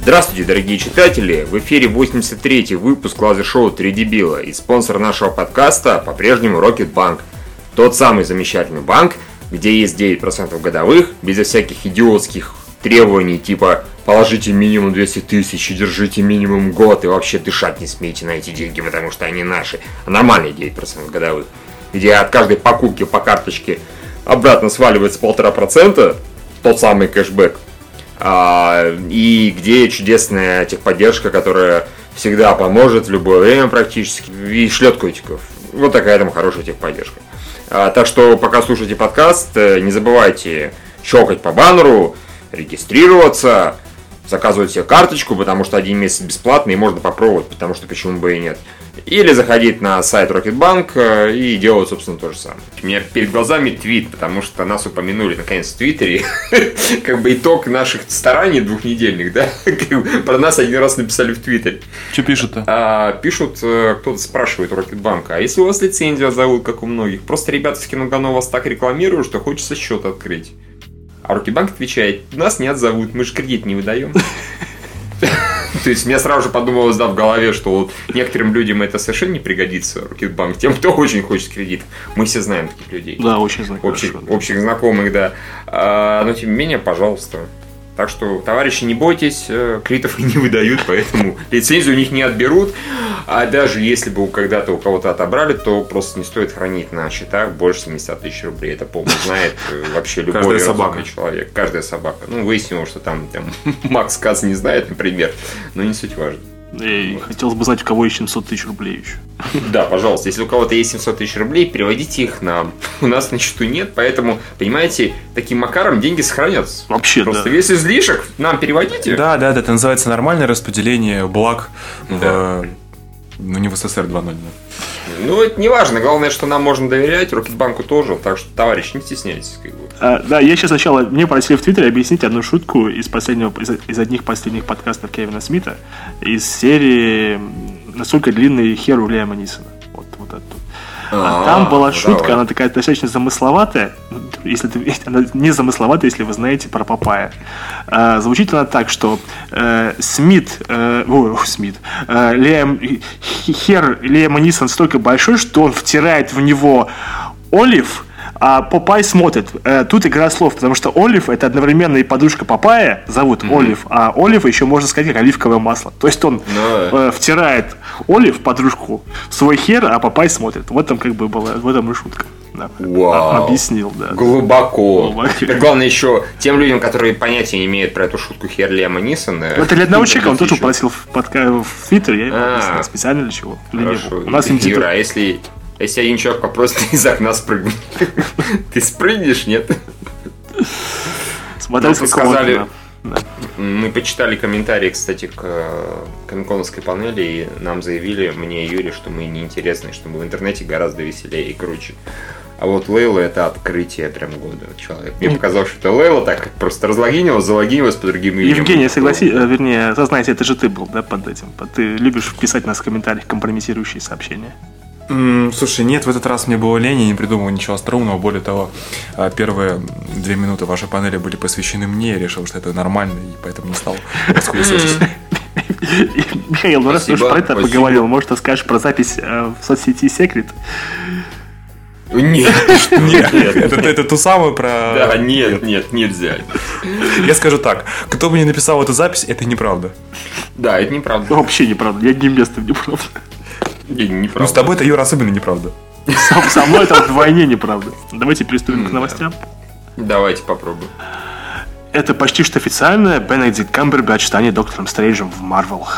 Здравствуйте, дорогие читатели! В эфире 83-й выпуск лазер-шоу «Три дебила», и спонсор нашего подкаста по-прежнему Рокетбанк. Тот самый замечательный банк, где есть 9% годовых, безо всяких идиотских требований типа «положите минимум 200 тысяч и держите минимум год, и вообще дышать не смейте на эти деньги, потому что они наши», а нормальные 9% годовых, где от каждой покупки по карточке обратно сваливается 1,5%, тот самый кэшбэк, и где чудесная техподдержка, которая всегда поможет в любое время практически и шлет котиков. Вот такая там хорошая техподдержка. Так что пока слушаете подкаст, не забывайте щелкать по баннеру, регистрироваться, заказывать себе карточку, потому что 1 месяц бесплатный, и можно попробовать, потому что почему бы и нет. Или заходить на сайт Рокетбанк и делать, собственно, то же самое. У меня перед глазами твит, потому что нас упомянули наконец в Твиттере. Как бы итог наших стараний двухнедельных, да? Про нас один раз написали в Твиттере. Что пишут-то? Пишут, кто-то спрашивает у Рокетбанка: а если у вас лицензию отзовут, как у многих? Просто ребята с Киногано вас так рекламируют, что хочется счет открыть. А Рокетбанк отвечает: нас не отзовут, мы же кредит не выдаем. То есть мне сразу же подумалось, да, в голове, что вот некоторым людям это совершенно не пригодится, Рокетбанк, тем, кто очень хочет кредит. Мы все знаем таких людей. Да, очень знакомых. Общих знакомых, да. Но тем не менее, пожалуйста. Так что, товарищи, не бойтесь, кредитов не выдают, поэтому лицензию у них не отберут. А даже если бы когда-то у кого-то отобрали, то просто не стоит хранить на счетах больше 700 тысяч рублей. Это полно знает вообще любой разумный человек. Каждая собака. Ну, выяснилось, что там Макс Кац не знает, например, но не суть важно. И хотелось бы знать, у кого есть 700 тысяч рублей еще. Да, пожалуйста, если у кого-то есть 700 тысяч рублей, переводите их нам. У нас на счету нет, поэтому, понимаете, таким макаром деньги сохранятся. Вообще, просто да. Весь излишек нам переводите. Да, это называется нормальное распределение благ не в СССР 2.0. Ну, это не важно. Главное, что нам можно доверять, Рокетбанку тоже. Так что, товарищи, не стесняйтесь. Да, я сейчас сначала... Мне просили в Твиттере объяснить одну шутку из одних последних подкастов Кевина Смита из серии «Насколько длинный хер у Лиама Нисона». Вот это. А там была шутка, давай. Она такая достаточно замысловатая. Она не замысловатая, если вы знаете про Папайя. Звучит она так, что хер Лиама Нисон столько большой, что он втирает в него олив, а Попай смотрит. Тут игра слов, потому что олив — это одновременно и подружка Попая, зовут Олив, а олив еще можно сказать как оливковое масло. То есть он втирает олив, подружку, в свой хер, а Попай смотрит. Вот там как бы была, в этом и шутка. Да. Вау. Объяснил, да. Глубоко. Главное еще тем людям, которые понятия не имеют про эту шутку хер Лиама Нисона. Это для одного человека, он тоже попросил в Твиттер, я ему объяснил. Специально для чего? Хорошо. У нас Юра, а если один человек попросит из окна спрыгнуть, ты спрыгнешь, нет? Смотрели, сказали. Мы почитали комментарии, кстати, к комиконовской панели, и нам заявили, мне и Юре, что мы неинтересны, что мы в интернете гораздо веселее и круче. А вот Лейла — это открытие прям года человек. Мне показалось, что это Лейла так просто залогинилась по другим именам. Евгений, сознайся, это же ты был, да, под этим? Ты любишь писать у нас в комментариях компрометирующие сообщения. Слушай, нет, в этот раз мне было лень, я не придумал ничего остроумного. Более того, первые 2 минуты вашей панели были посвящены мне. Я решил, что это нормально, и поэтому не стал расхуесосить. Михаил, ну раз ты уж про это поговорил, может, ты скажешь про запись в соцсети Secret? Нет, это ту самую про... Да, нет, нельзя. Я скажу так, кто бы ни написал эту запись, это неправда. Да, это неправда. Вообще неправда, я одним местом неправда. Неправда. Ну, с тобой это, Юра, особенно неправда. Со мной это вдвойне неправда. Давайте приступим к новостям. Давайте попробуем. Это почти что официально. Бенедикт Камбербэтч станет Доктором Стрейнджем в Марвел.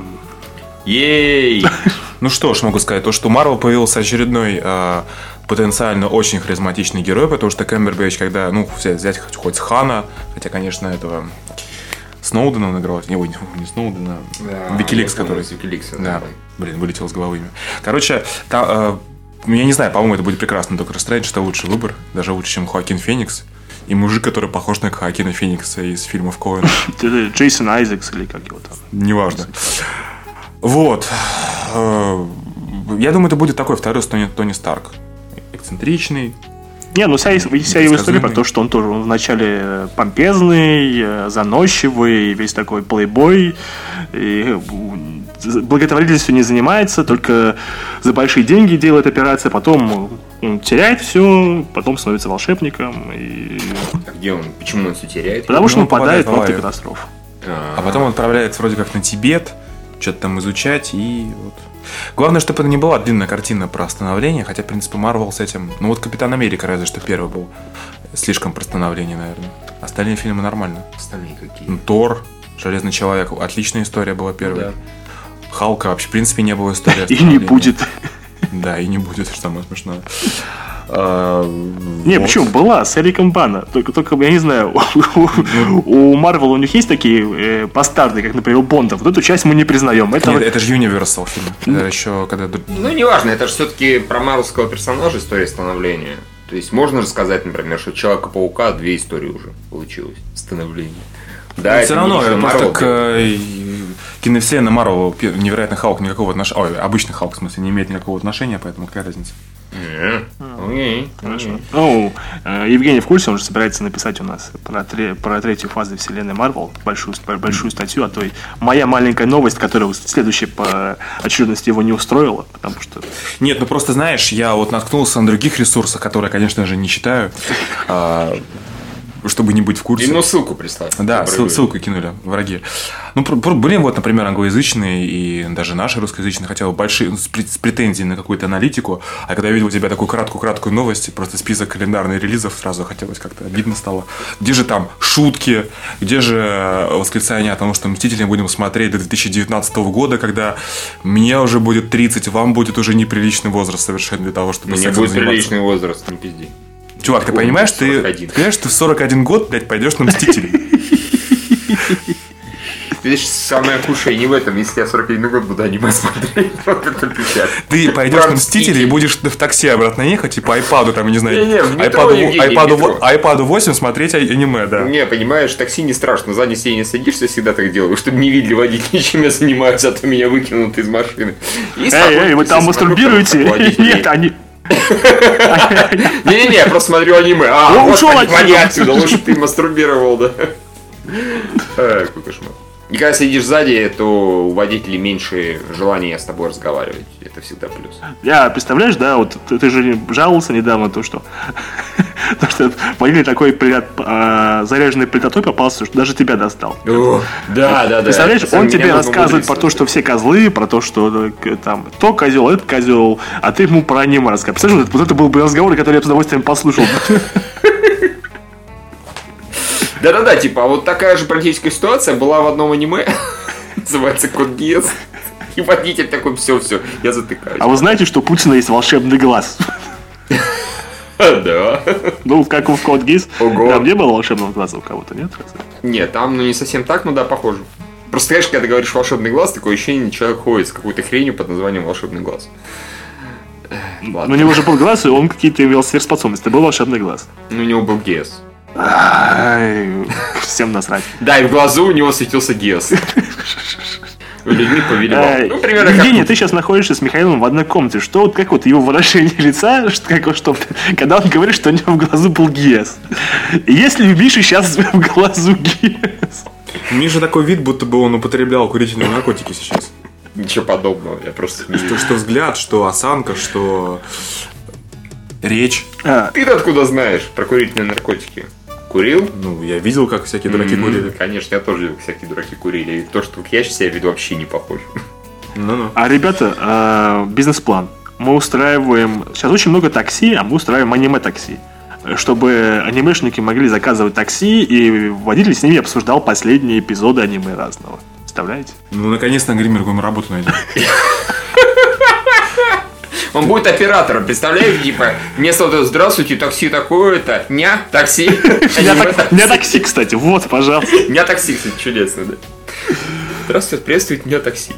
Ей! Ну что ж, могу сказать, то, что в Марвел появился очередной потенциально очень харизматичный герой, потому что Камбербэтч, когда, взять хоть Хана, хотя, конечно, этого... Сноудена он играл, не Сноудена, Викиликс, который... Да, вылетел с головы имя. Короче, я не знаю, по-моему, это будет прекрасно. Доктор Стрэндж — это лучший выбор, даже лучше, чем Хоакин Феникс. И мужик, который похож на Хоакина Феникса из фильмов Коэна. Джейсон Айзекс или как его там? Неважно. Вот. Я думаю, это будет такой второй Тони Старк. Эксцентричный, Не, ну вся его история про то, что он тоже вначале помпезный, заносчивый, весь такой плейбой, и благотворительностью не занимается, только за большие деньги делает операции, потом он теряет все, потом становится волшебником. И... А где он? Почему он все теряет? Потому что он попадает в автокатастрофу. А потом он отправляется вроде как на Тибет, что-то там изучать, и вот... Главное, чтобы это не была длинная картина про становление, хотя, в принципе, Марвел с этим... Ну вот Капитан Америка разве что первый был слишком про становление, наверное. Остальные фильмы нормально. Остальные какие? Ну, Тор, Железный человек, отличная история была первая. Да. Халка вообще, в принципе, не было истории. И не будет. Да, и не будет, что самое смешное. Не, почему? Была с Эриком Бана. Только, я не знаю, у Марвел у них есть такие бастарды, как, например, у Бонда. Вот эту часть мы не признаем. Нет, это же Universal фильм. Это еще когда... Ну, неважно, это же все-таки про марвелского персонажа история становления. То есть можно же сказать, например, что Человека-паука 2 истории уже получилось. Становление. Да, все равно, просто к киновселенной Марвел невероятный Халк никакого отношения... Ой, обычный Халк, в смысле, не имеет никакого отношения, поэтому какая разница? Окей. Хорошо. Ну, Евгений в курсе, он же собирается написать у нас про третью фазу вселенной Марвел, большую статью, а то и моя маленькая новость, которая следующая по очередности его не устроила, потому что... Нет, ну просто знаешь, я вот наткнулся на других ресурсах, которые, конечно же, не читаю, чтобы не быть в курсе. Ну, ссылку представь. Да, ссылку кинули, враги. Ну, блин, вот, например, англоязычные и даже наши русскоязычные, хотя бы большие, с претензией на какую-то аналитику. А когда я видел у тебя такую краткую новость, просто список календарных релизов, сразу хотелось как-то обидно стало. Где же там шутки, где же восклицание о том, что «Мстители» будем смотреть до 2019 года, когда мне уже будет 30, вам будет уже неприличный возраст совершенно для того, чтобы сексом заниматься. Мне будет приличный возраст, не пизди. Чувак, ты понимаешь, ты в 41 год, блядь, пойдешь на «Мстителей». Видишь, самое худшее не в этом, если я 41 год буду аниме смотреть. Ты пойдешь на «Мстителей» и будешь в такси обратно ехать, и по айпаду, там, я не знаю, айпаду 8 смотреть аниме, да. Не, понимаешь, такси не страшно, заднее сиденье садишься, всегда так делаю, чтобы не видели водители, чем я занимаюсь, а то меня выкинут из машины. Эй, вы там мастурбируете? Нет, они... Не-не-не, я просто смотрю аниме. Ушел отсюда, лучше ты мастурбировал, да. Какой кошмар. И когда сидишь сзади, то у водителей меньше желания с тобой разговаривать. Это всегда плюс. Представляешь, да, вот ты же жаловался недавно, то, что водитель такой заряженный плитотой попался, что даже тебя достал. Да. Представляешь, он тебе рассказывает про то, что все козлы, про то, что там то козел, этот козел, а ты ему про аниме рассказываешь. Представляешь, вот это был бы разговор, который я с удовольствием послушал. Да-да-да, типа, вот такая же политическая ситуация была в одном аниме. Называется «Код Гиас». И водитель такой, все, я затыкаюсь. А вы знаете, что у Путина есть волшебный глаз? Да. Ну, как в Код Гиас. Там не было волшебного глаза у кого-то, нет? Нет, там, не совсем так, но да, похоже. Просто, конечно, когда ты говоришь «волшебный глаз», такое ощущение, человек ходит с какой-то хренью под названием «волшебный глаз». У него же был глаз, и он какие-то имел сверхспособности. Был волшебный глаз. Ну, у него был Гиас. Всем насрать. Да, и в глазу у него светился Гиас. Людьми повелевал. Ну, примерно Евгений, ты сейчас находишься с Михаилом в одной комнате. Что вот как вот его выражение лица, когда он говорит, что у него в глазу был Гиас. И если у Миши сейчас в глазу Гиас? У Миши такой вид, будто бы он употреблял курительные наркотики сейчас. Ничего подобного, я просто... Что взгляд, что осанка, что речь. Ты-то откуда знаешь про курительные наркотики? Курил? Ну, я видел, как всякие дураки курили. Конечно, я тоже видел, как всякие дураки курили. И то, что я сейчас себя веду, вообще не похож. А, ребята, бизнес-план. Мы устраиваем... Сейчас очень много такси, а мы устраиваем аниме-такси. Чтобы анимешники могли заказывать такси, и водитель с ними обсуждал последние эпизоды аниме разного. Представляете? Ну, наконец-то гример какую работу найдет. Он будет оператором, представляешь, типа, вместо вот «Здравствуйте, такси такое-то», «Ня, такси». «Ня, такси», кстати, вот, пожалуйста. «Ня, такси», кстати, чудесно, да. Здравствуйте, приветствует «Ня, такси».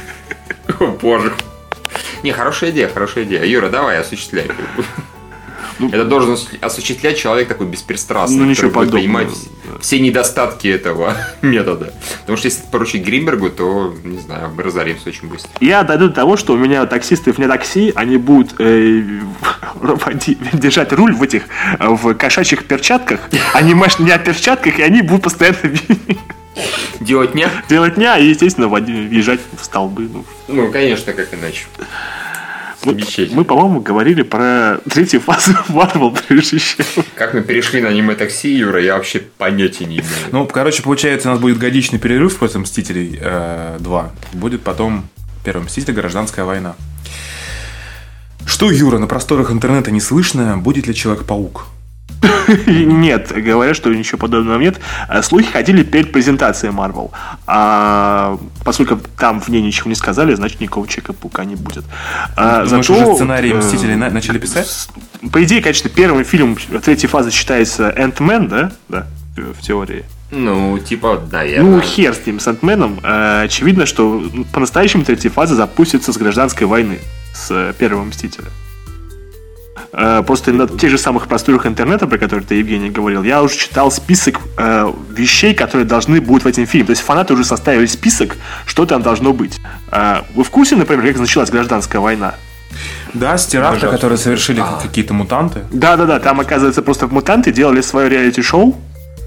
О, боже. Не, хорошая идея. Юра, давай, осуществляй. Это должен осуществлять человек такой беспристрастный, Ну, ничего который будет подобного. понимать все недостатки этого метода. Потому что если поручить Гринбергу, то, не знаю, мы разоримся очень быстро. Я дойду до того, что у меня таксисты вне такси, они будут держать руль в кошачьих перчатках, а не перчатках, и они будут постоянно Делать нет? делать и, естественно, въезжать в столбы. Ну, конечно, как иначе. Мы, по-моему, говорили про третью фазу Marvel, прежде чем. Как мы перешли на аниме-такси, Юра, я вообще понятия не имею. Ну, короче, получается, у нас будет годичный перерыв после «Мстителей 2». Будет потом «Первый Мститель. Гражданская война». Что, Юра, на просторах интернета не слышно, будет ли Человек-паук? Нет, говорят, что ничего подобного нет. Слухи ходили перед презентацией Marvel. А поскольку там в ней ничего не сказали, значит никакого Человека-паука не будет. Думаешь, уже сценарий «Мстителей» начали писать? По идее, конечно, первым фильмом третьей фазы считается «Энтмен», да? Да, в теории. Ну, типа, наверное. Ну, хер с ним, с Антменом. Очевидно, что по-настоящему третья фаза запустится с гражданской войны, с первого Мстителя. Просто на тех же самых просторах интернета, про которые ты, Евгений, говорил, я уже читал список вещей, которые должны будут в этом фильме. То есть фанаты уже составили список, что там должно быть. Вы в курсе, например, как началась гражданская война? Да, с теракта, которые совершили какие-то мутанты. Да, там, оказывается, просто мутанты делали свое реалити-шоу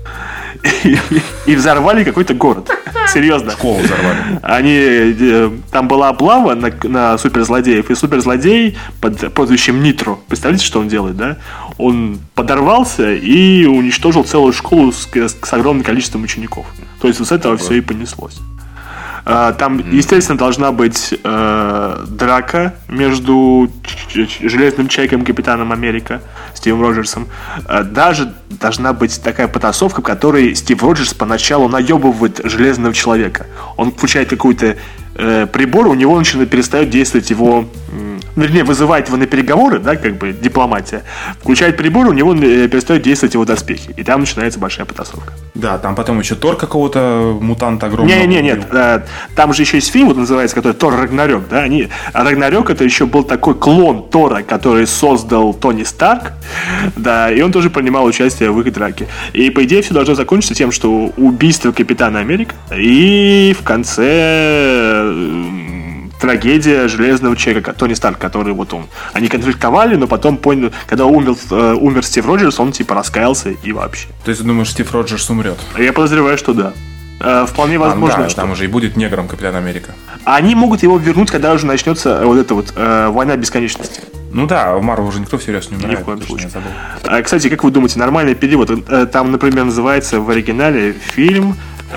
и взорвали какой-то город. Серьезно. Школу взорвали. Там была облава на суперзлодеев, и суперзлодей под прозвищем Нитро. Представляете, что он делает, да? Он подорвался и уничтожил целую школу с огромным количеством учеников. То есть вот с этого все и понеслось. Там, естественно, должна быть драка между Железным Человеком и Капитаном Америка, Стивом Роджерсом. Даже должна быть такая потасовка, в которой Стив Роджерс поначалу наебывает Железного Человека. Он включает какой-то прибор, у него перестает действовать его... Вернее, вызывает его на переговоры, да, как бы дипломатия. Включает прибор, у него перестают действовать его доспехи. И там начинается большая потасовка. Да, там потом еще Тор какого-то мутанта огромного. Нет. Там же еще есть фильм, вот называется, который Тор Рагнарёк, да? Рагнарёк — это еще был такой клон Тора, который создал Тони Старк, да, и он тоже принимал участие в их драке. И, по идее, все должно закончиться тем, что убийство Капитана Америка, и в конце трагедия Железного Человека, Тони Старк, который вот он. Они конфликтовали, но потом понял, когда умер Стив Роджерс, он типа раскаялся и вообще. То есть ты думаешь, Стив Роджерс умрет? Я подозреваю, что да. Вполне возможно, да, что... там уже и будет негром Капитан Америка. Они могут его вернуть, когда уже начнется вот эта вот война бесконечности. Ну да, в Марвел уже никто всерьез не умирает. Ни в коем случае. Кстати, как вы думаете, нормальный перевод? Там, например, называется в оригинале фильм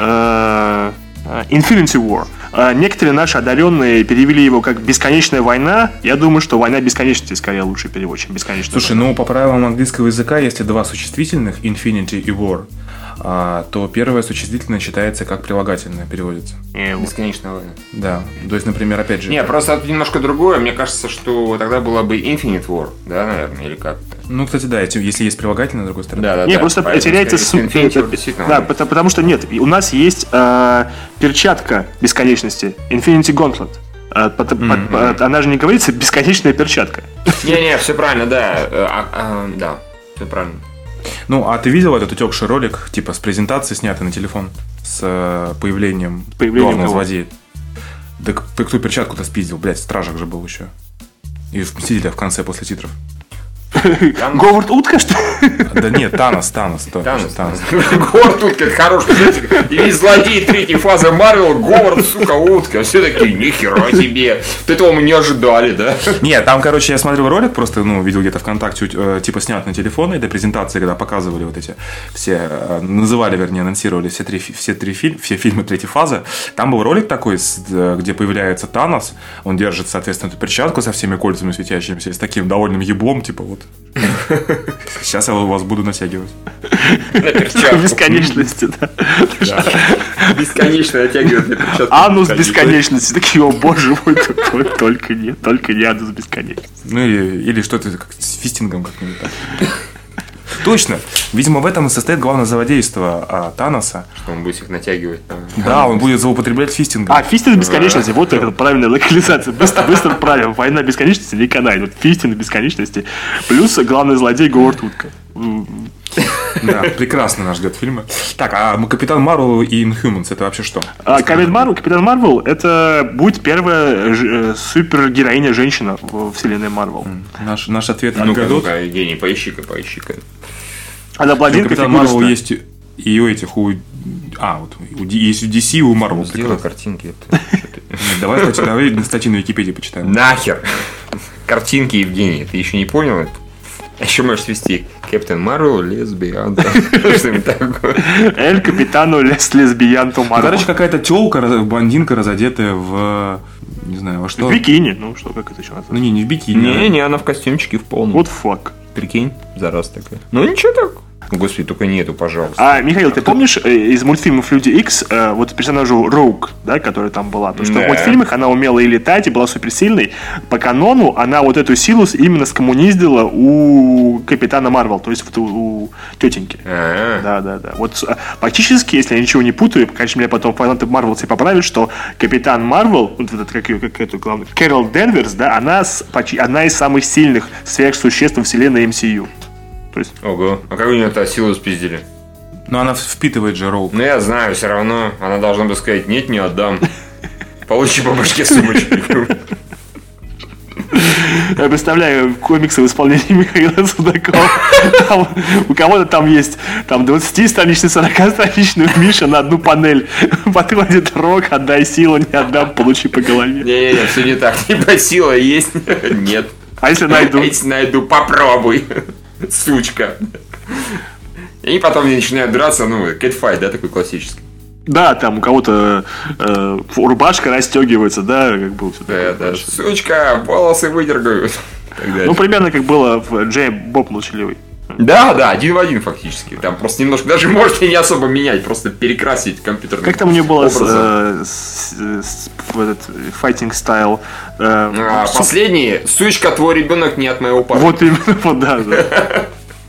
Infinity War. Некоторые наши одаренные перевели его как «Бесконечная война». Я думаю, что «Война бесконечности» скорее лучший перевод, чем «Бесконечная Слушай, война». ну по правилам английского языка, если два существительных «Infinity» и «War», то первое существительное считается как прилагательное, переводится. Бесконечная война. Да, то есть, например, опять же... Не, просто это немножко другое. Мне кажется, что тогда была бы Infinite War, да, наверное, или как? Ну, кстати, да, если есть прилагательное, с другой стороны. Да. Не, просто теряется Infinity War, действительно. Да, потому что нет, у нас есть перчатка бесконечности, Infinity Gauntlet. Она же не говорится «бесконечная перчатка». Не, все правильно, да. Да, все правильно. Ну, а ты видел этот утекший ролик, типа, с презентации, снятый на телефон, с появлением главного злодея? Да кто перчатку-то спиздил, блядь, Стражах же был еще. И в «Мстителях» в конце после титров. Говард Утка, что ли? Да нет, Танос. Говард Утка, это хороший. И весь злодей третьей фазы Марвел, Говард, сука, Утка. Все такие, нихера себе. Этого мы не ожидали, да? Нет, там, короче, я смотрел ролик, просто, видел где-то ВКонтакте, типа, снят на телефон, и до презентации, когда показывали вот эти все, называли, вернее, анонсировали все фильмы третьей фазы. Там был ролик такой, где появляется Танос, он держит, соответственно, эту перчатку со всеми кольцами светящимися, и с таким довольным еблом, типа, вот. Сейчас я вас буду натягивать. На перчатку. Бесконечности, да. Бесконечно натягивать на перчатку. Анус бесконечности. Такие, о боже мой, только не анус бесконечности. Ну или что-то как с фистингом как-нибудь так. Точно. Видимо, в этом и состоит главное злодейство Таноса. Что он будет их натягивать. Да, он будет злоупотреблять фистингом. Фистинг бесконечности, вот это правильная локализация. Быстро правильно. Война бесконечности не канает. Вот фистинг бесконечности. Плюс главный злодей Говард Утка. Да, прекрасно нас ждет фильмы. Так, а Капитан Марвел и Inhumans это вообще что? Капитан Марвел это будет первая супергероиня женщина в вселенной Марвел. Наш ответ Ну-ка, Евгений, поищи-ка. Она блондинка, Капитан Марвел есть и у этих, есть у DC и у Марвел. Сделай картинки. Давай статью на Википедии почитаем. Нахер! Картинки, Евгений, ты еще не понял? А еще можешь свести Капитан Марвел, лесбиян. Что-нибудь такое. Эль Капитану лесбиянту Марвел. Короче, какая-то тёлка, блондинка, разодетая в... Не знаю, во что. В бикини. Ну, что, как это еще называется? Ну, не в бикини. Не, она в костюмчике в полном. Вот фак. Прикинь, зараз такая. Ну, ничего так. Господи, только нету, пожалуйста. Михаил, ты помнишь из мультфильмов «Люди Икс» вот персонажу Роук, да, которая там была? Потому что в мультфильмах она умела и летать, и была суперсильной. По канону она вот эту силу именно скоммуниздила у Капитана Марвел, то есть вот у тетеньки. Да. Вот практически, если я ничего не путаю, конечно, меня потом фанаты Марвел все поправят, что Капитан Марвел, вот этот, как эту главную, Кэрол Денверс, да, она одна из самых сильных сверхсуществ во вселенной MCU. То есть... Ого, а как у нее-то силу спиздили? Ну, она впитывает же Роук. Ну, я знаю, все равно она должна бы сказать: нет, не отдам. Получи по башке сумочку. Я представляю комиксы в исполнении Михаила Судакова. У кого-то там есть 20-страничный, 40-страничный Миша на одну панель. Подходит Рок, отдай силу, не отдам, получи по голове. Не-не-не, все не так. Типа сила есть, нет. А если найду? А если найду, попробуй. Сучка. И потом они начинают драться, кэтфайт, да, такой классический. Да, там у кого-то рубашка расстегивается, да, как бы все такое. Да. Сучка, волосы выдергают. Ну, примерно как было в Джей Боб Молчаливый. Да, один в один фактически. Там просто немножко, даже можете не особо менять, просто перекрасить компьютерный. Как там у нее было файтинг стайл? Последний: сучка, твой ребенок не от моего парня. Вот именно, да.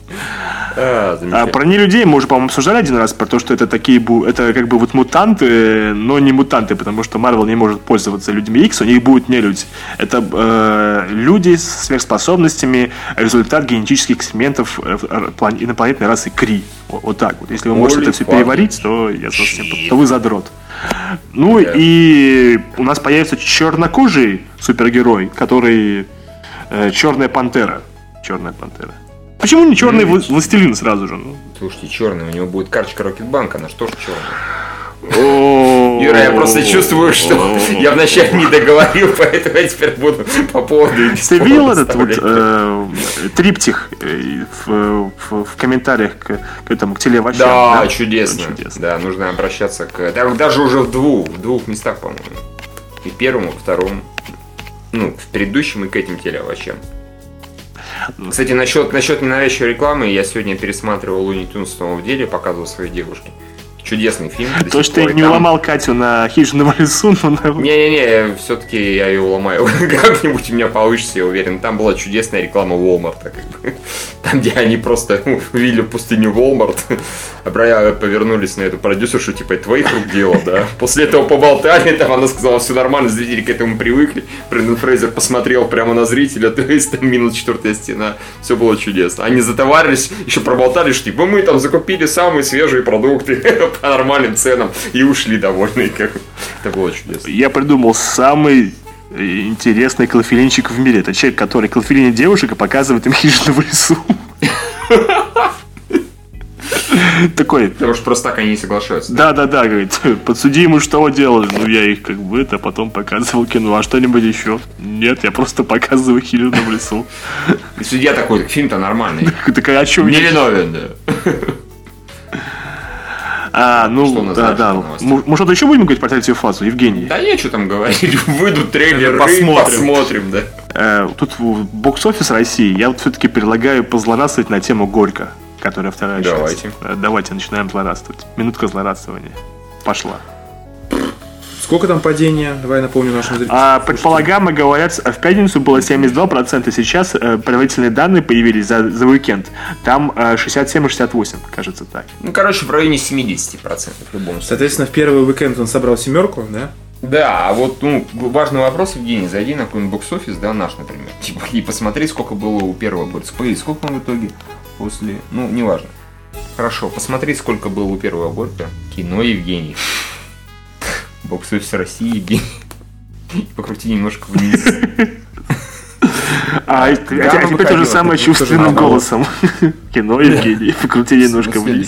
Про нелюдей мы уже, по-моему, обсуждали один раз, про то, что это это как бы вот мутанты, но не мутанты, потому что Марвел не может пользоваться людьми Икс, у них будут нелюди. Это люди с сверхспособностями, результат генетических экспериментов инопланетной расы Кри. Вот так вот. Если вы можете это все переварить, то вы задрот. Ну и у нас появится чернокожий супергерой, который Черная Пантера. Почему не черный властелин сразу же? Слушайте, черный, у него будет карточка Рокетбанка, она что ж черная? Юра, я просто чувствую, что я вначале не договорил, поэтому я теперь буду по поводу... Ты видел этот триптих в комментариях к телеовощам? Да, чудесно. Да, нужно обращаться к... Даже уже в двух местах, по-моему. И первому, и второму. В предыдущем и к этим телеовощам. Кстати, насчет ненавязчивой рекламы, я сегодня пересматривал Луни Тюнс снова в деле, показывал своей девушке. Чудесный фильм. То, что ты не уломал Катю на «Хижину в лесу», Не-не-не, все-таки я ее уломаю. Как-нибудь у меня получится, я уверен. Там была чудесная реклама Walmart. Там, где они просто увидели пустыню Walmart, повернулись на эту продюсершу, типа, это твоих рук дело, да? После этого поболтали, там она сказала: все нормально, зрители к этому привыкли. Брэндон Фрейзер посмотрел прямо на зрителя, то есть там минус 4-я стена. Все было чудесно. Они затоварились, еще проболтали, что типа мы там закупили самые свежие продукты по нормальным ценам и ушли довольные. Это было чудесно. Я придумал самый интересный клофелинчик в мире. Это человек, который клофелинит девушек и показывает им «Хижину в лесу». Такой. Потому что просто так они не соглашаются. Да, говорит, подсудимый что делали? Я их потом показывал кино. А что-нибудь еще? Нет, я просто показываю «Хижину в лесу». И судья такой: фильм-то нормальный. Такая, о чем? Невиновен, да. Мы что-то еще будем говорить про третью фазу, Евгений? Да нечего там говорить. Выйдут трейлеры, посмотрим, да. Тут в бокс-офис России я все-таки предлагаю позлорадствовать на тему «Горько», которая вторая часть. Давайте начинаем злорадствовать. Минутка злорадствования. Пошла. Сколько там падения? Давай напомню нашим зрителям. Предполагаемо говорят, в пятницу было 72%, сейчас предварительные данные появились за уикенд. Там 67 и 68, кажется так. Ну, короче, в районе 70% в любом случае. Соответственно, в первый уикенд он собрал 7, да? Да, а вот важный вопрос, Евгений, зайди на какой-нибудь бокс-офис, да, наш, например, типа, и посмотри, сколько было у первого борца. Сколько он в итоге после... Ну, неважно. Хорошо, посмотри, сколько было у первого борца. Кино Евгений. Бокс-офис России, Евгений. Покрути немножко вниз. Теперь то же самое чувственным голосом. Кино Евгений. Покрути немножко вниз.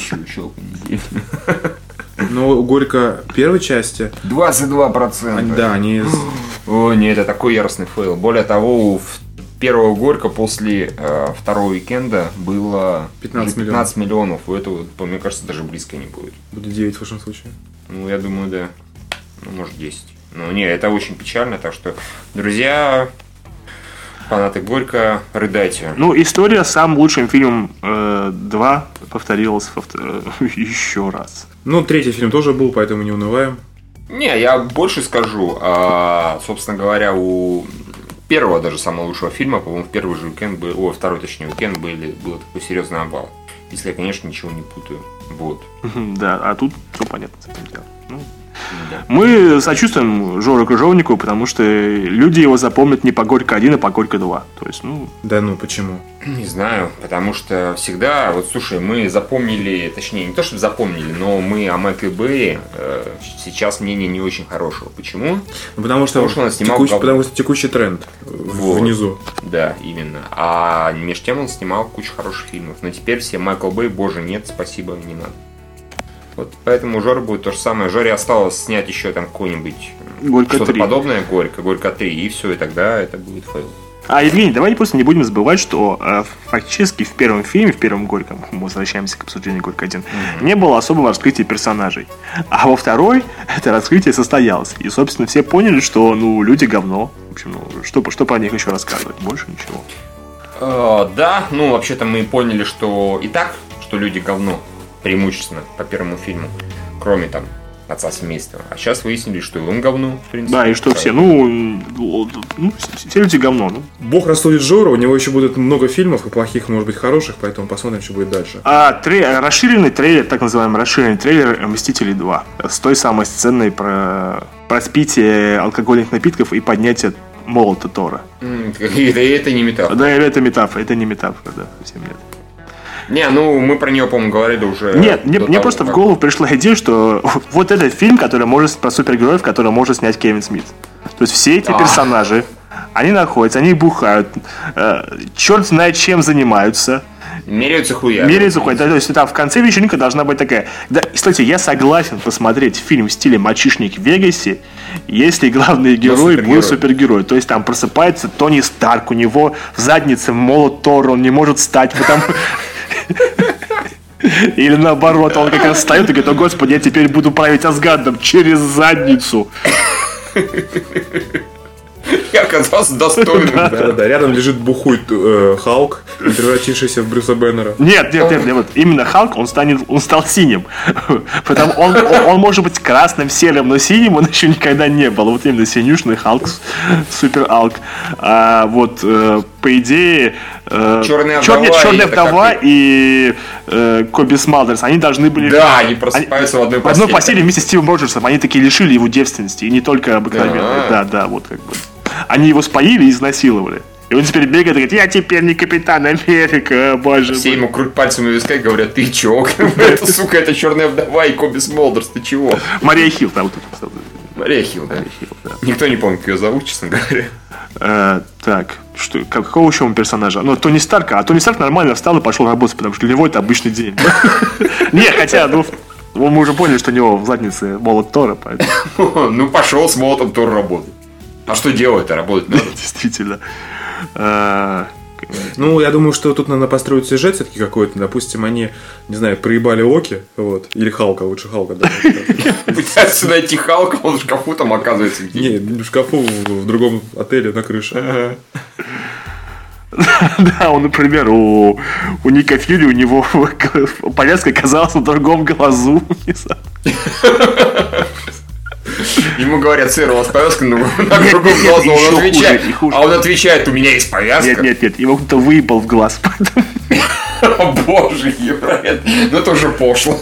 Ну, Горько первой части 22%. Да, они... О, нет, это такой яростный фейл. Более того, у первого Горько после второго уикенда было 15 миллионов. У этого, мне кажется, даже близко не будет. Будет 9 в вашем случае. Ну, я думаю, да. Ну, может, 10. Ну, не, это очень печально, так что, друзья, фанаты Горько, рыдайте. Ну, история с самым лучшим фильмом 2 повторилась еще раз. Ну, третий фильм тоже был, поэтому не унываем. Не, я больше скажу. Собственно говоря, у первого даже самого лучшего фильма, по-моему, в первый же уикенд был, второй, точнее, уикенд был такой серьезный обвал. Если я, конечно, ничего не путаю. Вот. Да, а тут все понятно с этим делом. Да. Мы сочувствуем Жору Крыжовнику, потому что люди его запомнят не по Горько 1, а по Горько 2. То есть, Да ну, почему? Не знаю, потому что всегда, вот слушай, мы запомнили, точнее, не то, чтобы запомнили, но мы о Майкле Бэе сейчас мнение не очень хорошего. Почему? Ну, потому что он снимал потому что текущий тренд внизу. Да, именно. А между тем он снимал кучу хороших фильмов. Но теперь все Майкл Бэй, боже, нет, спасибо, не надо. Вот поэтому у Жоры будет то же самое. Жоре осталось снять еще там какой-нибудь что-то 3. Подобное, Горько 3, и все, и тогда это будет фейл. Евгений, давай просто не будем забывать, что фактически в первом фильме, в первом Горьком, мы возвращаемся к обсуждению Горько 1, не было особого раскрытия персонажей. А во второй это раскрытие состоялось. И, собственно, все поняли, что, люди говно. В общем, что про них еще рассказывать? Больше ничего. Да, вообще-то мы поняли, что и так, что люди говно. Преимущественно по первому фильму, кроме там отца семейства. А сейчас выяснили, что и он говно, в принципе. Да, и что все, все люди говно. Бог рассудит Жору, у него еще будет много фильмов, и плохих, может быть, хороших, поэтому посмотрим, что будет дальше. Расширенный трейлер, так называемый расширенный трейлер «Мстителей 2». С той самой сценой про спитие алкогольных напитков и поднятие молота Тора. Это не метафора. Да, это метафора, да, совсем нет. Не, мы про нее, по-моему, говорили уже. Нет, мне просто в голову пришла идея, что вот этот фильм, который может про супергероев, который может снять Кевин Смит. То есть все эти персонажи, они находятся, они бухают, черт знает чем занимаются. Меряются хуями. То есть там в конце вечеринка должна быть такая. Да, кстати, я согласен посмотреть фильм в стиле «Мальчишник в Вегасе», если главный герой был супергерой. То есть там просыпается Тони Старк, у него в заднице молот Тор, он не может встать, потому... Или наоборот, он как раз встает и говорит: о господи, я теперь буду править Асгардом через задницу. Я оказался достойным. Да, рядом лежит бухой Халк, превратившийся в Брюса Беннера. Нет, вот именно Халк, он стал синим. Потому он может быть красным, серым, но синим он еще никогда не был. Вот именно синюшный Халк, супер Халк. По идее, Черная вдова и Коби Смалдерс, они должны были... Да, они просыпаются в одной постели. В одной постели вместе с Стивом Роджерсом. Они такие лишили его девственности, и не только обыкновенной. Да, вот как бы. Они его споили и изнасиловали. И он теперь бегает и говорит: я теперь не Капитан Америка, боже мой. Все ему крутят пальцем на виска и говорят: ты чё? Это, сука, это Черная вдова и Коби Смолдерс, ты чего? Мария Хилл, там вот тут. Мария Хилл, да. Никто не помнит, как ее зовут, честно говоря. Так, что, какого еще персонажа? Тони Старка. А Тони Старк нормально встал и пошел работать, потому что для него это обычный день. Не, хотя, мы уже поняли, что у него в заднице молот Тора, поэтому... Пошел с молотом Тора работать. А что делать-то? Работать надо. Действительно. Я думаю, что тут надо построить сюжет все-таки какой-то. Допустим, они, не знаю, проебали Локи, или Халка, лучше Халка. Пытаются найти Халка, он в шкафу там оказывается. Не, в шкафу в другом отеле на крыше. Да, например, у Ника Фьюри, у него повязка оказалась на другом глазу. Ему говорят: сэр, у вас повязка на кругом глаза. Он отвечает: у меня есть повязка. Нет, его кто-то выебал в глаз. О боже, Еврей. Ну это уже пошло.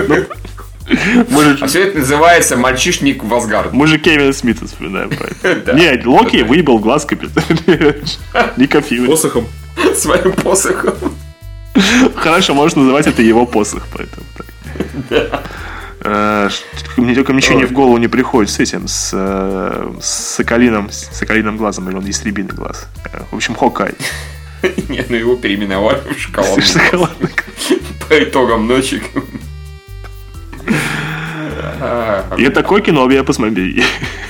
А все это называется мальчишник в Асгарде. Мы же Кевина Смита вспоминаем. Нет, Локи выебал в глаз капитан. Ника Фьюри. Посохом. Своим посохом. Хорошо, можешь называть это его посох. Поэтому. Мне только ничего в голову не приходит с этим, с соколиным глазом, или он ястребиный глаз. В общем, Хокай. Нет, ну его переименовали в шоколадный. По итогам ночи. И такое кино я посмотрел.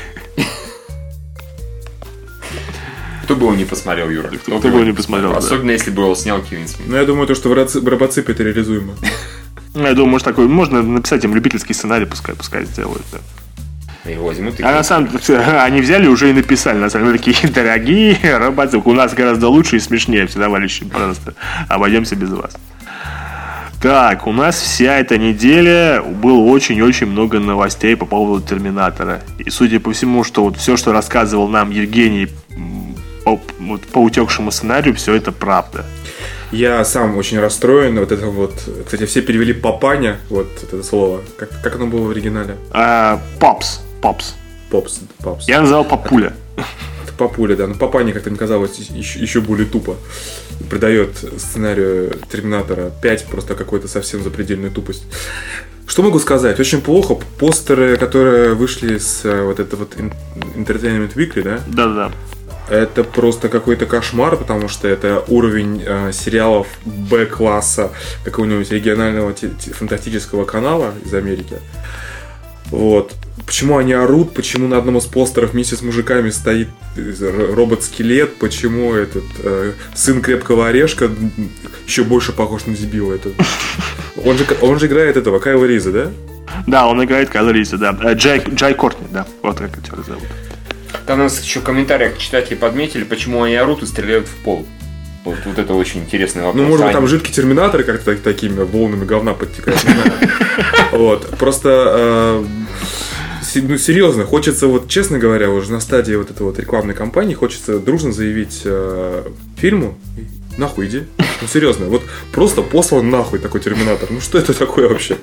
Кто бы его не посмотрел, Юра? Кто бы его не посмотрел, особенно если бы его снял Кевин Смит. Ну, я думаю, то, что в робоципе это реализуемо. Я думаю, может, такой, можно написать им любительский сценарий, пускай сделают. Его возьмут и... А на самом деле, они взяли уже и написали, на самом деле, такие: дорогие робоципы, у нас гораздо лучше и смешнее, все, товарищи, пожалуйста, обойдемся без вас. Так, у нас вся эта неделя было очень-очень много новостей по поводу Терминатора. И судя по всему, что вот все, что рассказывал нам Евгений по утекшему сценарию, все это правда. Я сам очень расстроен. Вот это вот, кстати, все перевели папаня, вот это слово. Как оно было в оригинале? Попс. Я называл папуля. Это папуля, да. Но папаня, как-то мне казалось, еще более тупо. Придает сценарию Терминатора 5 просто какую-то совсем запредельную тупость. Что могу сказать? Очень плохо. Постеры, которые вышли с вот это вот Entertainment Weekly, да? Да-да. Это просто какой-то кошмар, потому что это уровень сериалов Б-класса какого-нибудь регионального фантастического канала из Америки. Вот. Почему они орут, почему на одном из постеров вместе с мужиками стоит робот-скелет, почему этот сын крепкого орешка еще больше похож на дебила. Он же играет этого Кайла Риза, да? Да, он играет Кайла Риза, да. Джай Кортни, да. Вот как это зовут. Там у нас еще в комментариях читатели подметили, почему они орут и стреляют в пол. Вот это очень интересный вопрос. Ну, может быть, там жидкие терминаторы как-то такими волнами говна подтекают. Вот. Просто, ну, серьезно, хочется, вот, честно говоря, уже на стадии вот этой вот рекламной кампании, хочется дружно заявить фильму: нахуй иди. Ну, серьезно, вот просто послан нахуй такой Терминатор. Ну, что это такое вообще?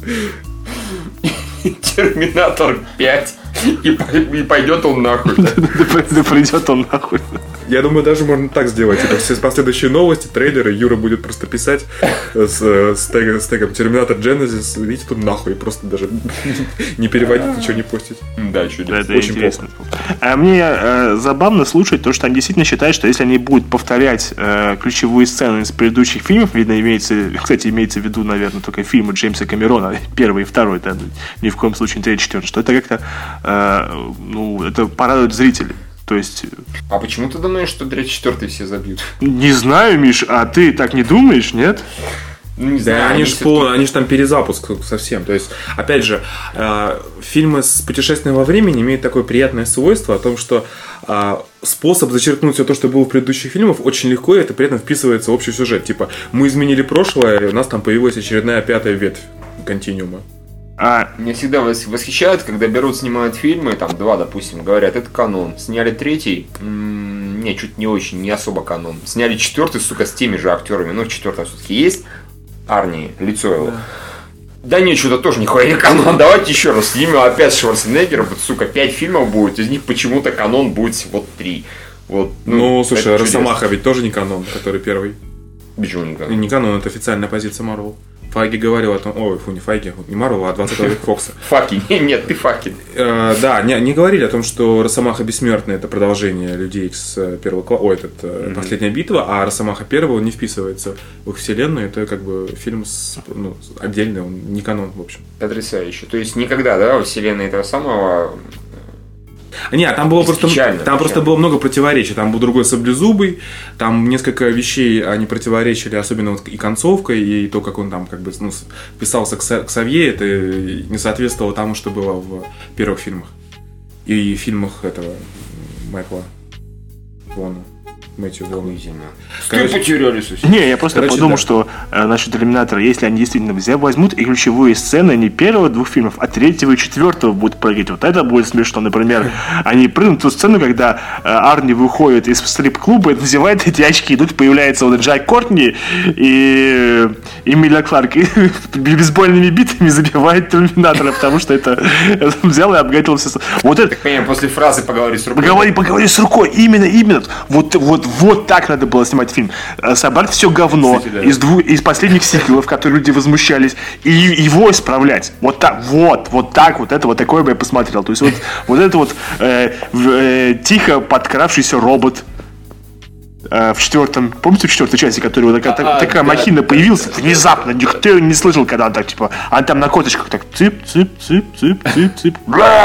Терминатор 5. И пойдет он нахуй. Да придет он нахуй. Я думаю, даже можно так сделать. Типа, все последующие новости, трейлеры Юра будет просто писать с тегом Терминатор Genesis. Видите, тут нахуй. Просто даже не переводить, ничего не постить. Да, чудесно. Это очень интересно. А мне забавно слушать то, что они действительно считают, что если они будут повторять ключевые сцены из предыдущих фильмов, видно, имеется в виду, наверное, только фильмы Джеймса Кэмерона, первый и второй, да, ни в коем случае не третий, четвертый, что это как-то это порадует зрителей. То есть... А почему ты думаешь, что 3-4 все забьют? Не знаю, Миш, а ты так не думаешь, нет? Ну, не знаю, они же там перезапуск совсем. То есть, опять же, фильмы с путешествием во времени имеют такое приятное свойство о том, что способ зачеркнуть все то, что было в предыдущих фильмах, очень легко, и это при этом вписывается в общий сюжет. Типа, мы изменили прошлое, и у нас там появилась очередная 5-я ветвь континуума. Меня всегда восхищает, когда берут, снимают фильмы, там 2, допустим, говорят, это канон. Сняли 3, не, чуть не очень, не особо канон. Сняли 4, сука, с теми же актерами, но в 4 все-таки есть Арни, лицо его. Да нет, что-то тоже нихуя не канон, давайте еще раз снимем опять Шварценеггера, вот, сука, 5 фильмов будет, из них почему-то канон будет всего 3. Вот, ну слушай, Росомаха ведь тоже не канон, который первый. Почему не канон? Не канон, это официальная позиция Марвел. Файги говорил о том... Ой, не Файги, не Марвел, а 20 век Фокса. Факи, нет, ты Факи. Да, не говорили о том, что Росомаха Бессмертный — это продолжение Людей Икс первого класса, Последняя битва, а Росомаха первого не вписывается в их вселенную, это как бы фильм отдельный, он не канон, в общем. Потрясающе. То есть никогда, да, во вселенной этого самого... Нет, там было просто было много противоречий. Там был другой Саблезубый, там несколько вещей они противоречили, особенно вот и концовка, и то, как он там как бы писался к Савье, это не соответствовало тому, что было в первых фильмах. И в фильмах этого Майкла Вона. Мэтью Вэллом. Ты потеряли совсем. Не, я просто подумал, что насчет Терминатора, если они действительно возьмут и ключевые сцены не первых двух фильмов, а третьего и четвертого будут прыгать. Вот это будет смешно. Например, они прыгнут ту сцену, когда Арни выходит из стрип-клуба, надевает эти очки, и тут появляется вот Джай Кортни и Эмилия Кларк, и бейсбольными битами забивает Терминатора, потому что это взял и обгатил все. Вот это. Так понимаю, после фразы «поговори с рукой». Поговори с рукой. Именно. Вот так надо было снимать фильм. Собрать все говно, кстати, да, из последних сиквелов, которые люди возмущались, и его исправлять. Вот так. Это вот такое бы я посмотрел. То есть вот это вот тихо подкравшийся робот в четвертом, помните в четвертой части, который вот такая махина появилась внезапно, никто не слышал, когда он так типа, а там на коточках так цып.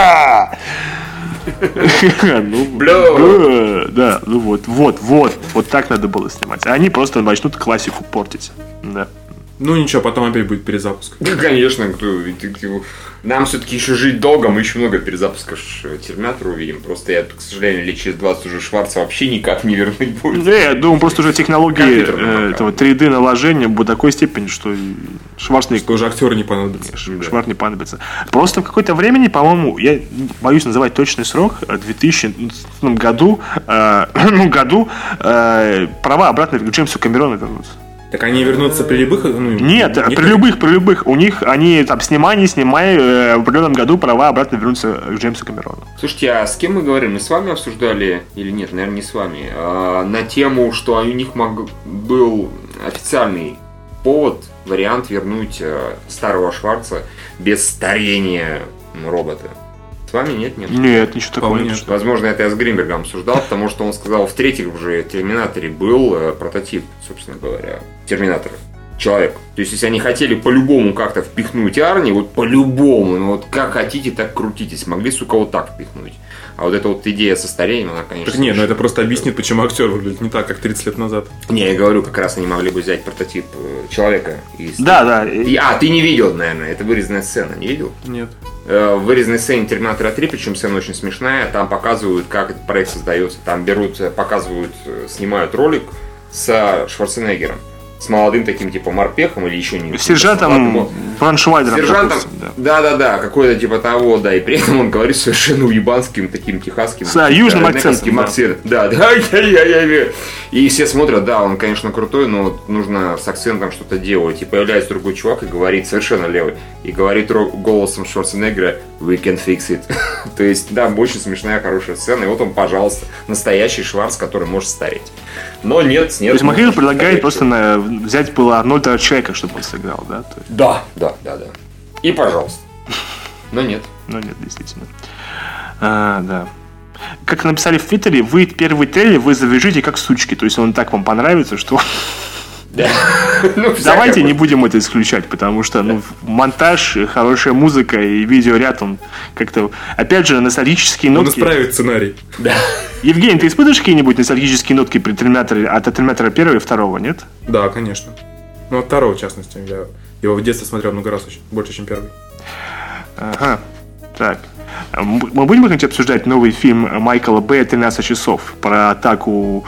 Да, ну вот так надо было снимать. А они просто начнут классику портить. Да. Ну ничего, потом опять будет перезапуск. Ну, конечно, нам все-таки еще жить долго, мы еще много перезапусков Терминатора увидим. Просто я, к сожалению, лет через 20 уже Шварца вообще никак не вернуть будет. Да, я думаю, просто уже технологии этого 3D наложения будут до такой степени, что Шварценеггер... Что уже актеры не понадобятся. Шварц не понадобится. Просто в какое-то времени, по-моему, я боюсь называть точный срок, в 2000 году права обратно к Джеймсу Кэмерону вернутся. Так они вернутся при любых... Нет, при любых. У них, они там снимая, в определенном году права обратно вернутся к Джеймсу Кэмерону. Слушайте, а с кем мы говорим? Мы с вами обсуждали, или нет, наверное, не с вами, на тему, что у них был официальный повод, вариант вернуть старого Шварца без старения робота. С вами нет? Нет, ничего такого нет. Возможно, это я с Гринбергом обсуждал, потому что он сказал, в третьем уже Терминаторе был прототип, собственно говоря, Терминатора. Человек. То есть, если они хотели по-любому как-то впихнуть Арни, вот по-любому, ну вот как хотите, так крутитесь. Могли, сука, вот так впихнуть. А вот эта вот идея со старением, она, конечно... Так нет, но это просто объяснит, почему актер выглядит не так, как 30 лет назад. Не, я говорю, как раз они могли бы взять прототип человека. Да. Ты не видел, наверное, это вырезанная сцена, не видел? Нет. В вырезанной сцене Терминатора 3, причем сцена очень смешная, там показывают, как этот проект создается. Там снимают ролик с Шварценеггером. С молодым таким, типа, морпехом или еще не... Сержантом Франшвайдером. Сержантом, да, какой-то типа того, да, и при этом он говорит совершенно уебанским, таким техасским... С южным акцентом. Да. И все смотрят, да, он, конечно, крутой, но нужно с акцентом что-то делать. И появляется другой чувак и говорит, совершенно левый, и говорит голосом Шварценеггера «We can fix it». То есть, да, очень смешная, хорошая сцена. И вот он, пожалуйста, настоящий Шварц, который может стареть. Но нет. То есть Михаил предлагает просто взять было Арнольда Шварценеггера, чтобы он сыграл, да? Да. И пожалуйста. Но нет, действительно. Да. Как написали в Твиттере, вы первый трейлер вы завяжите как сучки. То есть он так вам понравится, что... Давайте не будем это исключать, потому что монтаж, хорошая музыка и видеоряд, он как-то, опять же, ностальгические нотки. Он исправит сценарий. Да. Евгений, ты испытываешь какие-нибудь ностальгические нотки при Терминаторе, от Терминатора 1 и 2, нет? Да, конечно. Ну, от 2, в частности. Я его в детстве смотрел много раз, больше, чем первый. Ага. Так. Мы будем как-нибудь обсуждать новый фильм Майкла Бэя «13 часов» про атаку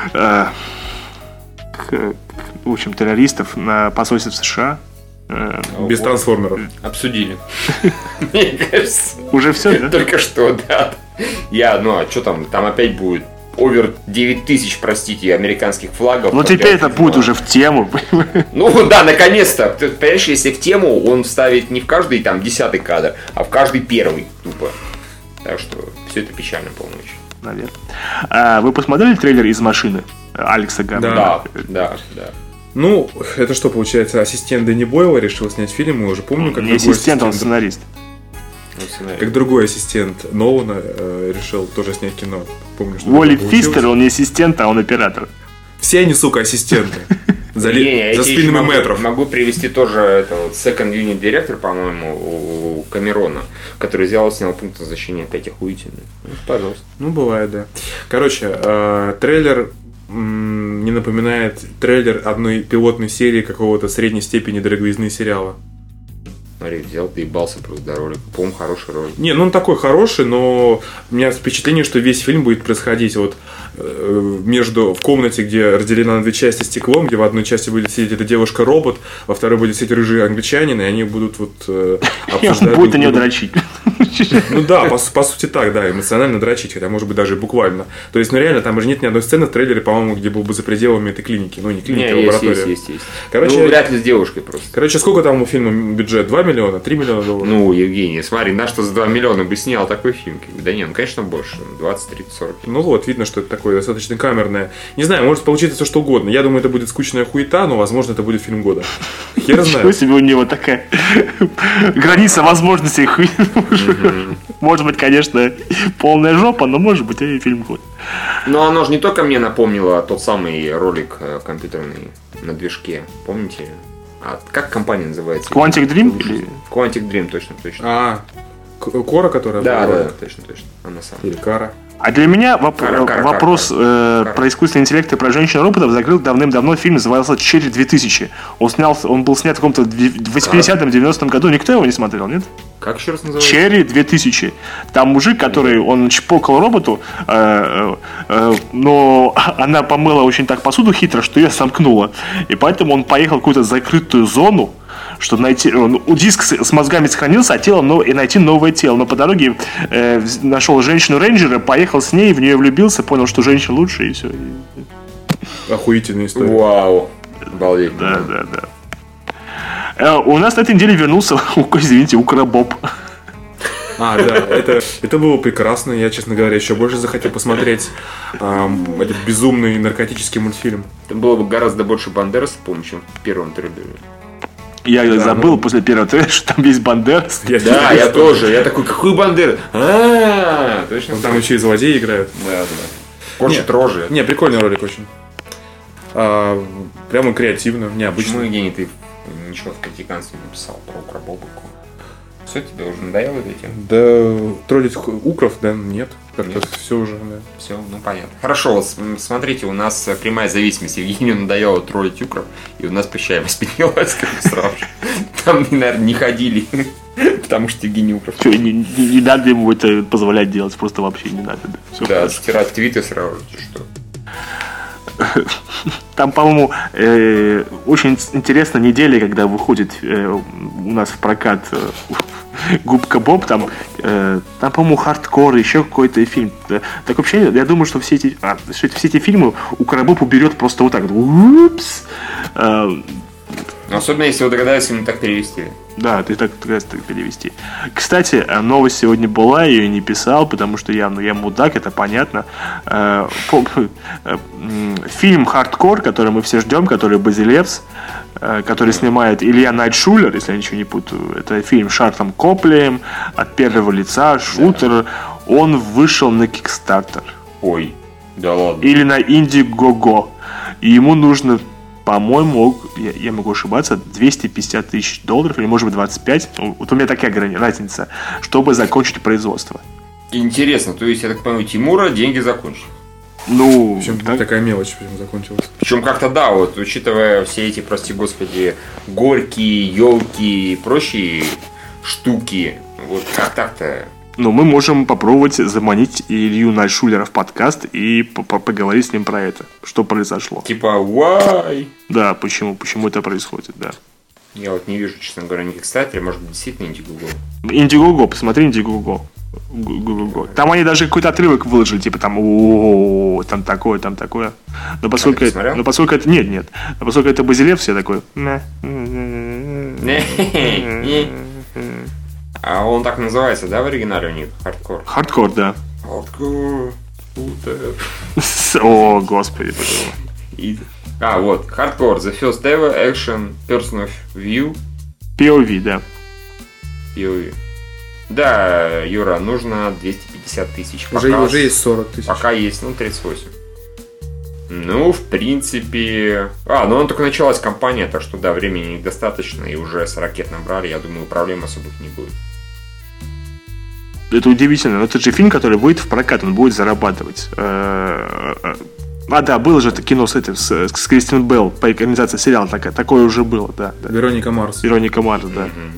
в общем, террористов на посольство США. Без трансформеров. Обсудили. Мне кажется. Уже все, да? Только что, да. А что там? Там опять будет овер 9000, простите, американских флагов. Ну теперь это будет уже в тему. Ну да, наконец-то. Ты понимаешь, если в тему, он вставит не в каждый там 10-й кадр, а в каждый первый, тупо. Так что все это печально полночь. Наверное. Вы посмотрели трейлер «Из машины» Алекса Гарна? Да. Ну, это что, получается, ассистент Дэнни Бойла решил снять фильм, мы уже помним, как не ассистент, он сценарист. Как другой ассистент Нолана решил тоже снять кино. Помню, что Уолли Фистер, он не ассистент, а он оператор. Все они, сука, ассистенты. За спинами метров. Могу привести тоже Second Unit Director, по-моему, у Камерона, который снял пункт назначения опять охуительный. Пожалуйста. Ну, бывает, да. Короче, трейлер не напоминает трейлер одной пилотной серии какого-то средней степени дороговизны сериала. Смотри, взял, доебался просто до ролика. По-моему, хороший ролик. Не, ну он такой хороший, но у меня впечатление, что весь фильм будет происходить вот в комнате, где разделена на две части стеклом, где в одной части будет сидеть эта девушка-робот, во второй будет сидеть рыжий англичанин, и они будут вот обсуждать... Будет на нее дрочить. Ну да, по сути так, да, эмоционально дрочить, хотя может быть даже буквально. То есть, ну реально, там же нет ни одной сцены в трейлере, по-моему, где был бы за пределами этой клиники. Ну не клиники, а лаборатория. Есть. Короче, ну, вряд ли с девушкой просто. Короче, сколько там у фильма бюджет? 2 миллиона? 3 миллиона долларов? Ну, Евгений, смотри, на что за 2 миллиона бы снял такой фильм? Да не, ну, конечно, больше. 20, 30, 40. Ну вот, видно, что это такое достаточно камерное. Не знаю, может получиться все что угодно. Я думаю, это будет скучная хуета, но, возможно, это будет фильм года. Хер знает. Ничего себе у него такая граница возможностей. Может быть, конечно, полная жопа, но может быть и фильм года. Но оно же не только мне напомнило тот самый ролик компьютерный на движке. Помните? А как компания называется? Quantic Dream? Quantic Dream, точно. Кора, которая... Да, точно. Она самая. Или Кара. А для меня вопрос про искусственный интеллект и про женщин-роботов закрыл давным-давно фильм, назывался «Черри 2000». Он был снят в каком-то 80-м, 90-м году. Никто его не смотрел, нет? Как еще раз называется? «Черри 2000». Там мужик, который, он чпокал роботу, но она помыла очень так посуду хитро, что ее сомкнула. И поэтому он поехал в какую-то закрытую зону, чтобы найти... Диск с мозгами сохранился, а тело, и найти новое тело. Но по дороге нашел женщину-рейнджера, поехал с ней, в нее влюбился, понял, что женщина лучше, и все. Охуительная история. Вау. Обалдеть. Да. У нас на этой неделе вернулся, извините, Украбоб. Да, это было прекрасно. Я, честно говоря, еще больше захотел посмотреть этот безумный наркотический мультфильм. Там было бы гораздо больше Бандераса, по-моему, чем в первом трейлере. Я забыл после первого трейлера, что там есть Бандерас. Да, я тоже. Я такой, какой Бандерас? Точно. Там еще и злодеи играют. Да. Корчат рожи. Не, прикольный ролик очень. Прямо креативно, необычно. Почему, Евгений, ты ничего в критиканстве не написал про Украбобыку? Все, тебе уже надоело эта тема? Да, троллить укров, да, нет. Как-то все уже, да. Все, ну понятно. Хорошо, вот смотрите, у нас прямая зависимость. Евгению надоело троллить укров, и у нас посещаемость поднялась, как сразу же. Там, наверное, не ходили, потому что Евгений Укров. Что, не надо ему это позволять делать, просто вообще не надо. Да, стирать твиты сразу же, что... Там, по-моему, очень интересная неделя, когда выходит у нас в прокат Губка Боб, там, по-моему, хардкор, еще какой-то фильм. Так вообще, я думаю, что все эти фильмы Украбоб уберет просто вот так. Упс. Особенно, если вы догадались именно так перевести. Да, ты так перевести. Кстати, новость сегодня была, я ее не писал, потому что я мудак, это понятно. Фильм «Хардкор», который мы все ждем, который Базилевс, который снимает Илья Найтшулер, если я ничего не путаю. Это фильм с Шарлом Коплеем, от первого лица, шутер. Да. Он вышел на Kickstarter. Ой, да ладно. Или на Indiegogo. И ему нужно... По-моему, я могу ошибаться, $250 тысяч, или может быть 25, вот у меня такая разница, чтобы закончить производство. Интересно, то есть, я так понимаю, Тимура деньги закончил. Ну, причем такая мелочь закончилась. Причем как-то да, вот учитывая все эти, прости господи, горькие, елки и прочие штуки, вот как так-то. Ну, мы можем попробовать заманить Илью Найтшулера в подкаст и поговорить с ним про это, что произошло. Типа, why? Да, почему это происходит, да. Я вот не вижу, честно говоря, на Kickstarter, может быть, действительно Indiegogo. Indiegogo, посмотри Indiegogo. Там они даже какой-то отрывок выложили, типа там, там такое. Но поскольку это... Нет. Но поскольку это Базилевс, я такой... А он так называется, да, в оригинале у них? Хардкор? Хардкор, да. Хардкор. О, господи. Вот. Хардкор. The first ever action person of view. POV, да. POV. Да, Юра, нужно 250 тысяч. Уже есть 40 тысяч. Пока есть, 38. Ну, в принципе... ну он только началась кампания, так что, да, времени недостаточно, и уже 40 ракет набрали, я думаю, проблем особых не будет. Это удивительно, но это же фильм, который выйдет в прокат, он будет зарабатывать. Да, было же это кино с Кристин Белл по экранизации сериала, такое уже было, да. Вероника Марс. Да.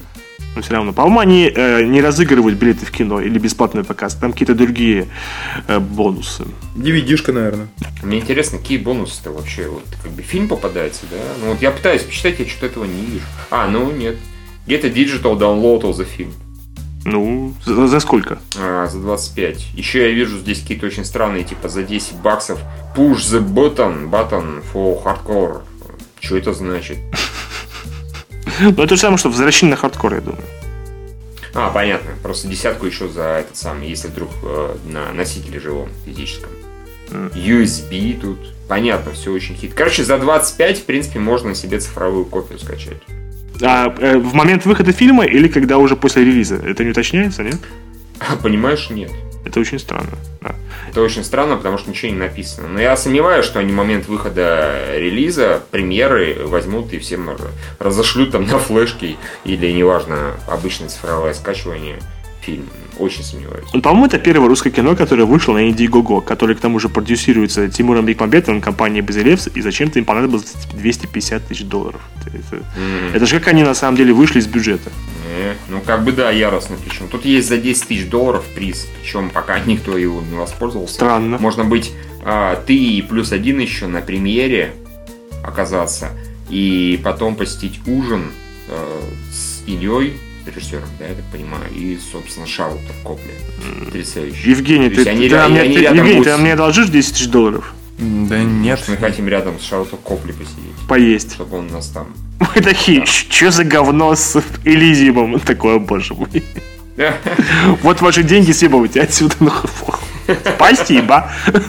Но все равно. По-моему, они не разыгрывают билеты в кино или бесплатный показ. Там какие-то другие бонусы. DVD-шка, наверное. Мне интересно, какие бонусы-то вообще? Вот как бы фильм попадается, да? Ну вот я пытаюсь почитать, я что-то этого не вижу. Ну нет. Где-то Digital Download за фильм. Ну, за сколько? За 25. Еще я вижу здесь какие-то очень странные, типа за $10 Push the button for hardcore. Что это значит? Ну, это же самое, что возвращение на хардкор, я думаю. Понятно. Просто 10 еще за этот самый, если вдруг на носителе живом физическом. USB тут. Понятно, все очень хит. Короче, за 25, в принципе, можно себе цифровую копию скачать. В момент выхода фильма или когда уже после релиза? Это не уточняется, нет? Понимаешь, нет. Это очень странно. Да. Это очень странно, потому что ничего не написано. Но я сомневаюсь, что они в момент выхода релиза, премьеры возьмут и всем разошлют там на флешки или, неважно, обычное цифровое скачивание фильм. Очень сомневаюсь. По-моему, это первое русское кино, которое вышло на Indiegogo, которое, к тому же, продюсируется Тимуром Бекмамбетовым, компанией Базилевс, и зачем-то им понадобилось $250 тысяч. Это же как они на самом деле вышли из бюджета. Ну, как бы да, яростно причем. Тут есть за $10 тысяч приз, причем пока никто его не воспользовался. Странно. Можно быть ты и плюс один еще на премьере оказаться, и потом посетить ужин с Ильей, режиссером, да, я так понимаю, и, собственно, Шарлотом Копли. Потрясающий. Евгений, ты мне одолжишь $10 тысяч? Да нет. Мы хотим рядом с Шарлотом Копли посидеть. Поесть. Чтобы он нас там... Мы такие, что за говно с Элизиумом? Такое, боже мой. Вот ваши деньги, съебывайте отсюда. Спасибо.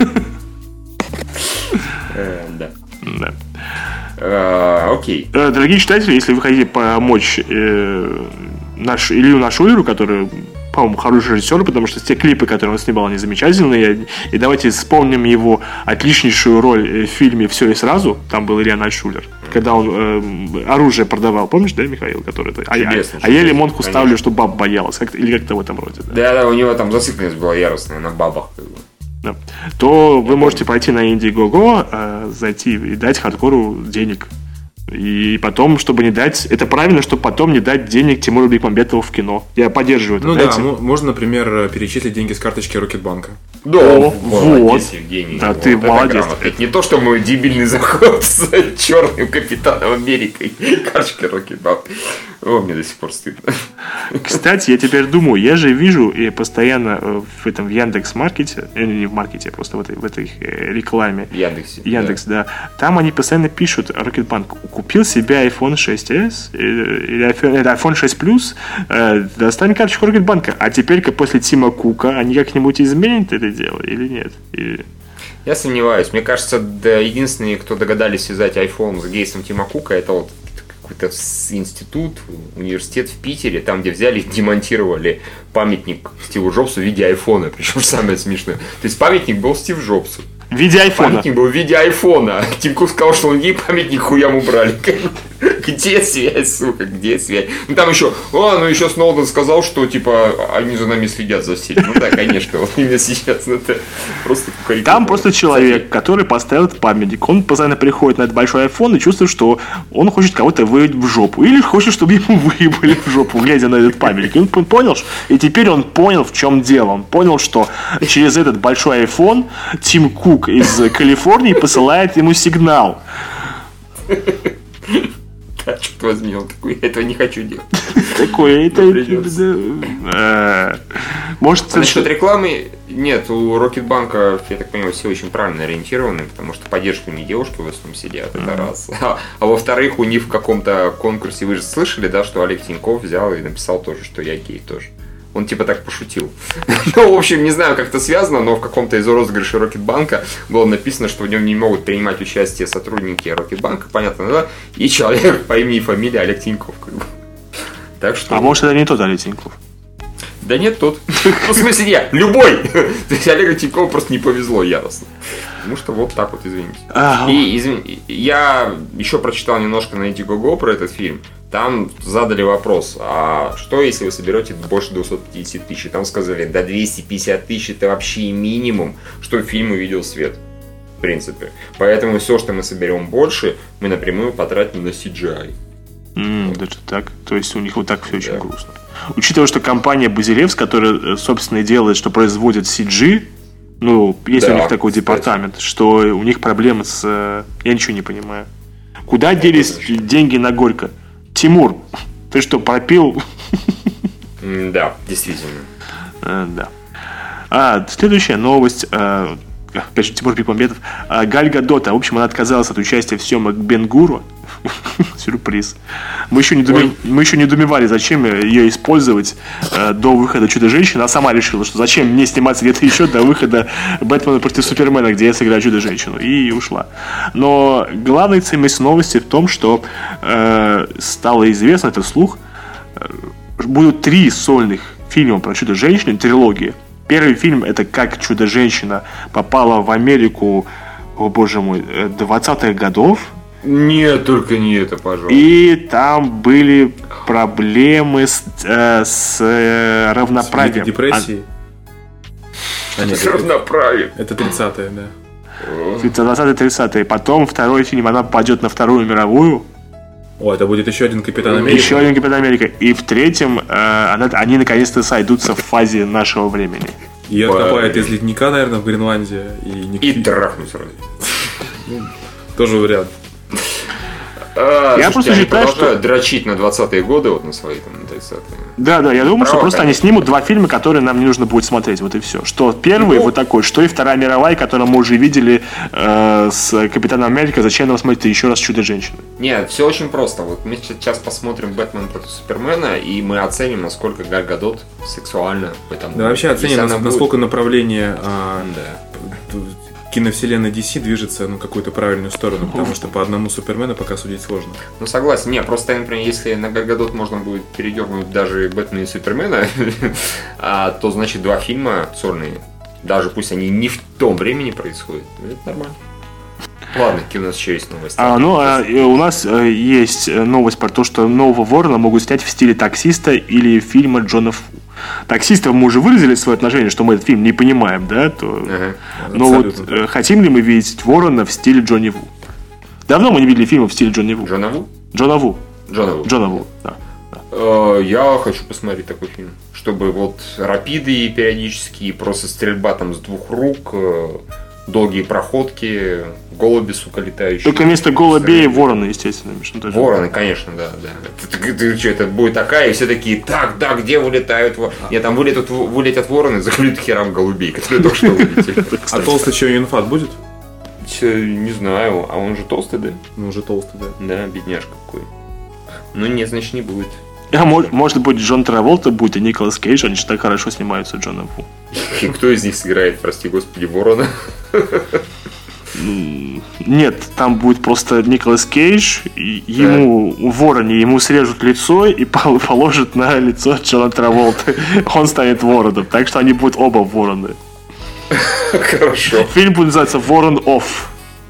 Да. Окей. Дорогие читатели, если вы хотите помочь Илью Нашулеру, который, по-моему, хороший режиссер, потому что те клипы, которые он снимал, они замечательные. И давайте вспомним его отличнейшую роль в фильме «Все и сразу». Там был Илья Нашулер. Когда он оружие продавал. Помнишь, да, Михаил? Который я лимонку ставлю, чтобы баб боялась. Или как-то в этом роде. Да, у него там зацикленность была яростная на бабах. Да. То вы можете пойти на Indiegogo, зайти и дать хардкору денег. И потом, чтобы не дать... Это правильно, чтобы потом не дать денег Тимуру Бекмамбетову в кино. Я поддерживаю это. Ну да, можно, например, перечислить деньги с карточки Рокетбанка. Да, вот. Евгений. Да, ты молодец. Это не то, что мой дебильный заход с черным капитаном Америкой. Карточка Рокетбанка. Мне до сих пор стыдно. Кстати, я теперь думаю, я же вижу и постоянно в этом Яндекс.Маркете, не в маркете, а просто в этой рекламе. Яндекс, да. Там они постоянно пишут: Рокетбанк купил себе iPhone 6s или iPhone 6 Plus, достань карточку Рокетбанка. А теперь, после Тима Кука, они как-нибудь изменят это дело или нет? Я сомневаюсь. Мне кажется, единственные, кто догадались связать iPhone с гейсом Тима Кука, это вот какой-то институт, университет в Питере, там, где взяли и демонтировали памятник Стиву Джобсу в виде айфона. Причем самое смешное. То есть памятник был Стив Джобсу. В виде айфона. Памятник был в виде айфона. Тим Кук сказал, что он ей памятник хуям убрали. Где связь, сука, где связь? Ну там еще, еще Сноуден сказал, что типа они за нами следят за всеми. Ну да, конечно, вот именно сейчас это просто кукарика. Там просто человек, который поставил этот памятник. Он постоянно приходит на этот большой айфон и чувствует, что он хочет кого-то выебать в жопу. Или хочет, чтобы ему выебали в жопу, глядя на этот памятник. И он понял, и теперь он понял, в чем дело. Он понял, что через этот большой айфон Тим Кук из Калифорнии посылает ему сигнал. Да, черт возьми, он такой, я этого не хочу делать. Какое это... Может, насчет рекламы, нет, у Рокетбанка, я так понимаю, все очень правильно ориентированы, потому что поддержками девушки в основном сидят, это раз. А во-вторых, у них в каком-то конкурсе, вы же слышали, да, что Олег Тиньков взял и написал тоже, что я гей тоже. Он типа так пошутил. Ну, в общем, не знаю, как это связано, но в каком-то из розыгрышей Рокетбанка было написано, что в нем не могут принимать участие сотрудники Рокетбанка, понятно, да? И человек по имени и фамилии Олег Тиньков. Так что... А может, это не тот Олег Тиньков? Да нет, тот. Ну, в смысле, нет, любой. То есть Олегу Тинькову просто не повезло яростно. Потому что вот так вот, извините. И я еще прочитал немножко на Indiegogo про этот фильм. Там задали вопрос, а что если вы соберете больше 250 тысяч? Там сказали, да 250 тысяч это вообще минимум, чтобы фильм увидел свет. В принципе. Поэтому все, что мы соберем больше, мы напрямую потратим на CGI. Даже так. То есть у них вот так все очень грустно. Учитывая, что компания Базилевс, которая, собственно, и делает, что производит CG, ну, есть у них такой департамент, что у них проблемы с... Я ничего не понимаю. Куда делись деньги на Горько? Тимур, ты что, пропил? Да, действительно. Да. Следующая новость. Опять же, Тимур Бекмамбетов. Галь Гадот. В общем, она отказалась от участия в съемках Бен-Гуру. Сюрприз. Мы еще не думали, зачем ее использовать до выхода Чудо-женщины. Она сама решила, что зачем мне сниматься где-то еще до выхода Бэтмена против Супермена, где я сыграю Чудо-женщину. И ушла. Но главная ценность новости в том, что стало известно, это слух, будут 3 сольных фильма про Чудо-женщину, трилогии. Первый фильм — это как Чудо-женщина попала в Америку, о боже мой, 20-х годов. Нет, только не это, пожалуйста. И там были проблемы с равноправием. С депрессией. С равноправием. Это 30-е, да. 20-30-е. Потом второй фильм, она пойдет на Вторую мировую. О, это будет еще один Капитан Америка. Еще один Капитан Америка. И в третьем они наконец-то сойдутся в фазе нашего времени. И откопает из ледника, наверное, в Гренландии. И трахнуть сразу. Тоже вариант. Я просто считаю, что дрочить на 20-е годы, вот на свои там 30-е. Да, я думаю, что просто они снимут 2 фильма, которые нам не нужно будет смотреть, вот и все. Что первый вот такой, что и Вторая мировая, которую мы уже видели с Капитаном Америка. Зачем нам смотреть еще раз Чудо-женщину? Нет, все очень просто. Вот мы сейчас посмотрим Бэтмен против Супермена, и мы оценим, насколько Галь Гадот сексуально в этом. Да, вообще оценим, насколько направление киновселенная DC движется в какую-то правильную сторону, потому что по одному Супермену пока судить сложно. Ну, согласен. Не, просто, например, если на Галь Гадот можно будет передернуть даже Бэтмена и Супермена, то, значит, 2 фильма сольные, даже пусть они не в том времени происходят, это нормально. Ладно, какие у нас еще есть новости? У нас есть новость про то, что нового Ворона могут снять в стиле «Таксиста» или фильма Джона Фу. «Таксистов» мы уже выразили свое отношение, что мы этот фильм не понимаем, да? Но вот хотим ли мы видеть Ворона в стиле Джонни Ву? Давно мы не видели фильма в стиле Джонни Ву. Джона Ву? Джона Ву, да. Я хочу посмотреть такой фильм, чтобы вот рапиды периодически, просто стрельба там с 2 рук, долгие проходки, голуби, сука, летающие. Только вместо голубей вороны, естественно. Вороны, конечно, да. Ты что, это будет такая, и все такие, так, да, где вылетают вороны? Нет, там вылетят вороны, заклюют херам голубей, которые только что вылетели. А толстый что, Юнфат будет? Не знаю, а он же толстый, да? Ну, уже толстый, да. Да, бедняжка какой. Ну, нет, значит, не будет. Может быть, Джон Траволта будет, и Николас Кейдж, они же так хорошо снимаются Джоном Ву. И кто из них сыграет, прости господи, ворона? Нет, там будет просто Николас Кейдж, ему вороне, ему срежут лицо и положат на лицо Джона Траволты. Он станет вороном, так что они будут оба вороны. Хорошо. Фильм будет называться «Ворон Офф».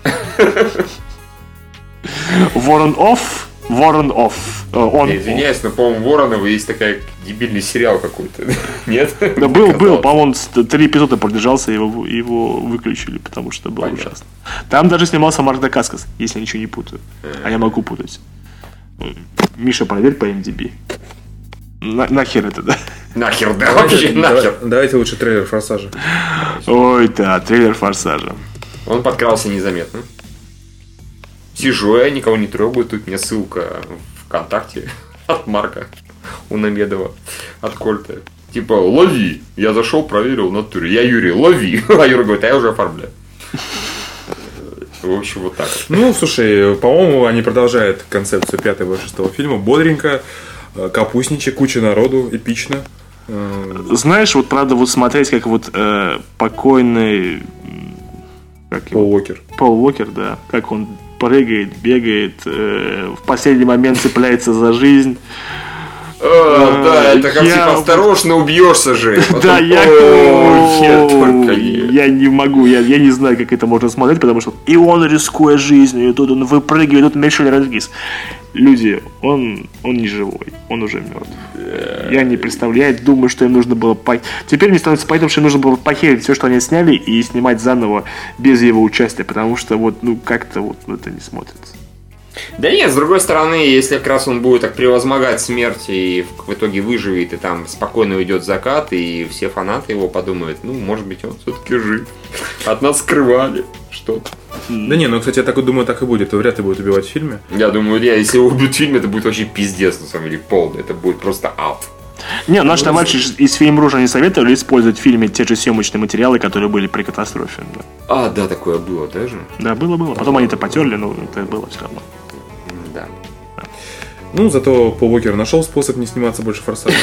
«Ворон Офф», «Ворон Офф». Извиняюсь, но, по-моему, Воронова есть такой дебильный сериал какой-то. Нет? Да, был, по-моему, 3 эпизода продержался, его выключили, потому что было ужасно. Там даже снимался Марк Дакаскас, если я ничего не путаю. А я могу путать. Миша, проверь по MDB. Нахер это, да? Нахер, да, вообще нахер. Давайте лучше трейлер «Форсажа». Ой, да, трейлер «Форсажа». Он подкрался незаметно. Сижу я, никого не трогаю, тут у меня ссылка ВКонтакте от Марка Унамедова, от Кольта. Типа, лови. Я зашел, проверил в натуре. Я Юрий, лови. А Юра говорит, а я уже оформляю. В общем, вот так. Ну, слушай, по-моему, они продолжают концепцию 5-го и 6-го фильма. Бодренько, капустничек, куча народу, эпично. Знаешь, вот правда, вот смотреть, как вот покойный... Пол Уокер. Пол Уокер, да. Как он прыгает, бегает, в последний момент цепляется за жизнь. Да, это как типа осторожно, убьешься же. Да, я не могу, я не знаю, как это можно смотреть, потому что и он, рискуя жизнью, и тут он выпрыгивает, тут Мишель Родригес. Люди, он не живой, он уже мертв. Я не представляю, думаю, что им нужно было... Теперь мне становится понятно, что им нужно было похерить все, что они сняли, и снимать заново без его участия, потому что вот, ну, как-то вот это не смотрится. Да нет, с другой стороны, если как раз он будет так превозмогать смерть и в итоге выживет, и там спокойно уйдет закат, и все фанаты его подумают, ну, может быть, он все-таки жив. От нас скрывали что-то. Да не, ну, кстати, я так и думаю, так и будет. Вряд ли будет убивать в фильме. Я думаю, если его убьют в фильме, это будет вообще пиздец, на самом деле, полный. Это будет просто ад. Не, наши товарищи из фильма «Ружа» не советовали использовать в фильме те же съемочные материалы, которые были при катастрофе. Да, А, да, такое было даже. да, было. Потом они это потерли, но это было все равно. Да. Ну, зато Пол Уокер нашел способ не сниматься больше «Форсажа».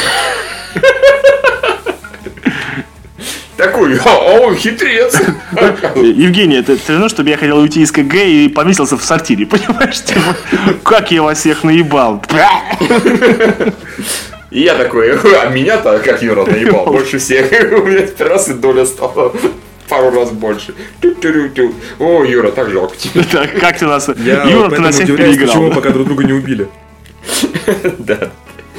Такой, о, хитрец. Евгений, это все равно, чтобы я хотел уйти из КГ и повесился в сортире, понимаешь? Типа, как я вас всех наебал. И я такой, а меня-то, как Юра, наебал больше всех. У меня раз и доля стала пару раз больше. Тю-тю-тю-тю. О, Юра, так жалко тебя. Как ты нас... Я Юра, ты поэтому на всех удивляюсь, почему переиграл. пока друг друга не убили. Да.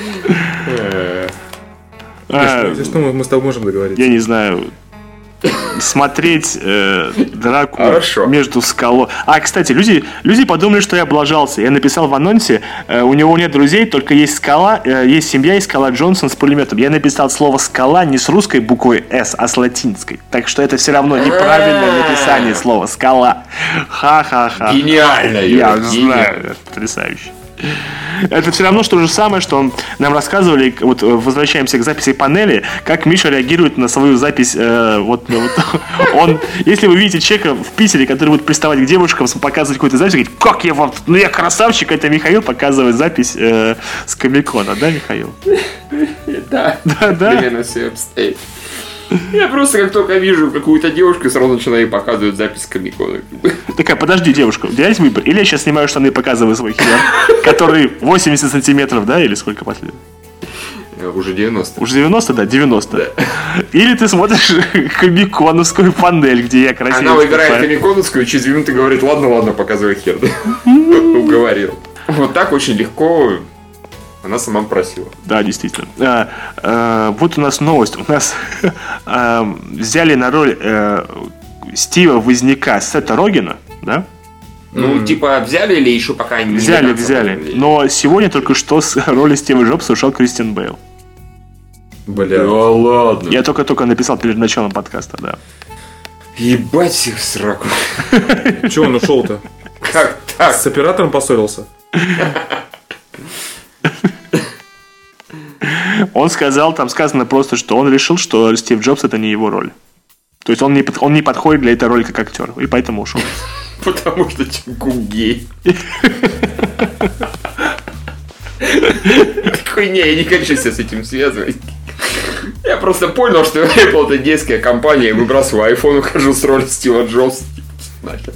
Если что, мы с тобой можем договориться. Я не знаю... Смотреть драку Хорошо. между скалой. А, кстати, люди подумали, что я облажался. Я написал в анонсе, у него нет друзей, только есть скала, есть семья и Скала Джонсон с пулеметом. Я написал слово «скала» не с русской буквой «С», а с латинской. Так что это все равно неправильное написание слова «скала». Ха-ха-ха. Гениально, Юра, Я гениально. знаю, это потрясающе. Это все равно, что же самое, что нам рассказывали, вот возвращаемся к записи панели, как Миша реагирует на свою запись. Он, если вы видите человека в Питере, который будет приставать к девушкам, показывать какую-то запись, говорит, как я вам, ну я красавчик, это Михаил показывает запись с Комик-Кона, да, Михаил? Да, Да. примерно все обстоит. Я просто как только вижу какую-то девушку, сразу начинаю ей показывать запись Комик-Кона. Такая, подожди, девушка, у тебя есть выбор? Или я сейчас снимаю штаны и показываю свой хер, который 80 сантиметров, да, или сколько последний? Уже 90. Уже 90, да? 90. Да. Или ты смотришь комиконовскую панель, где я красивый. Она выбирает комиконовскую, через минуту говорит, ладно, показывай хер. Уговорил. Вот так очень легко она сама просила. Да, действительно. Вот у нас новость. У нас взяли на роль Стива Возняка Сета Рогена, да? Ну, типа, взяли или еще пока не Взяли. Но сегодня только что с роли Стива Джобса ушел Кристиан Бейл. Бля. Да ладно. Я только написал перед началом подкаста, да. Ебать всех в сраку. Чего он ушел-то? Как так? С оператором поссорился? Он сказал, там сказано просто, что он решил, что Стив Джобс это не его роль. То есть он не подходит для этой роли как актер, и поэтому ушел. Потому что Тимку гей. Такой, не, я не хочу себя с этим связывать. Я просто понял, что Apple это гейская компания, выбрасываю iPhone, ухожу с роли Стива Джобса. Нахер.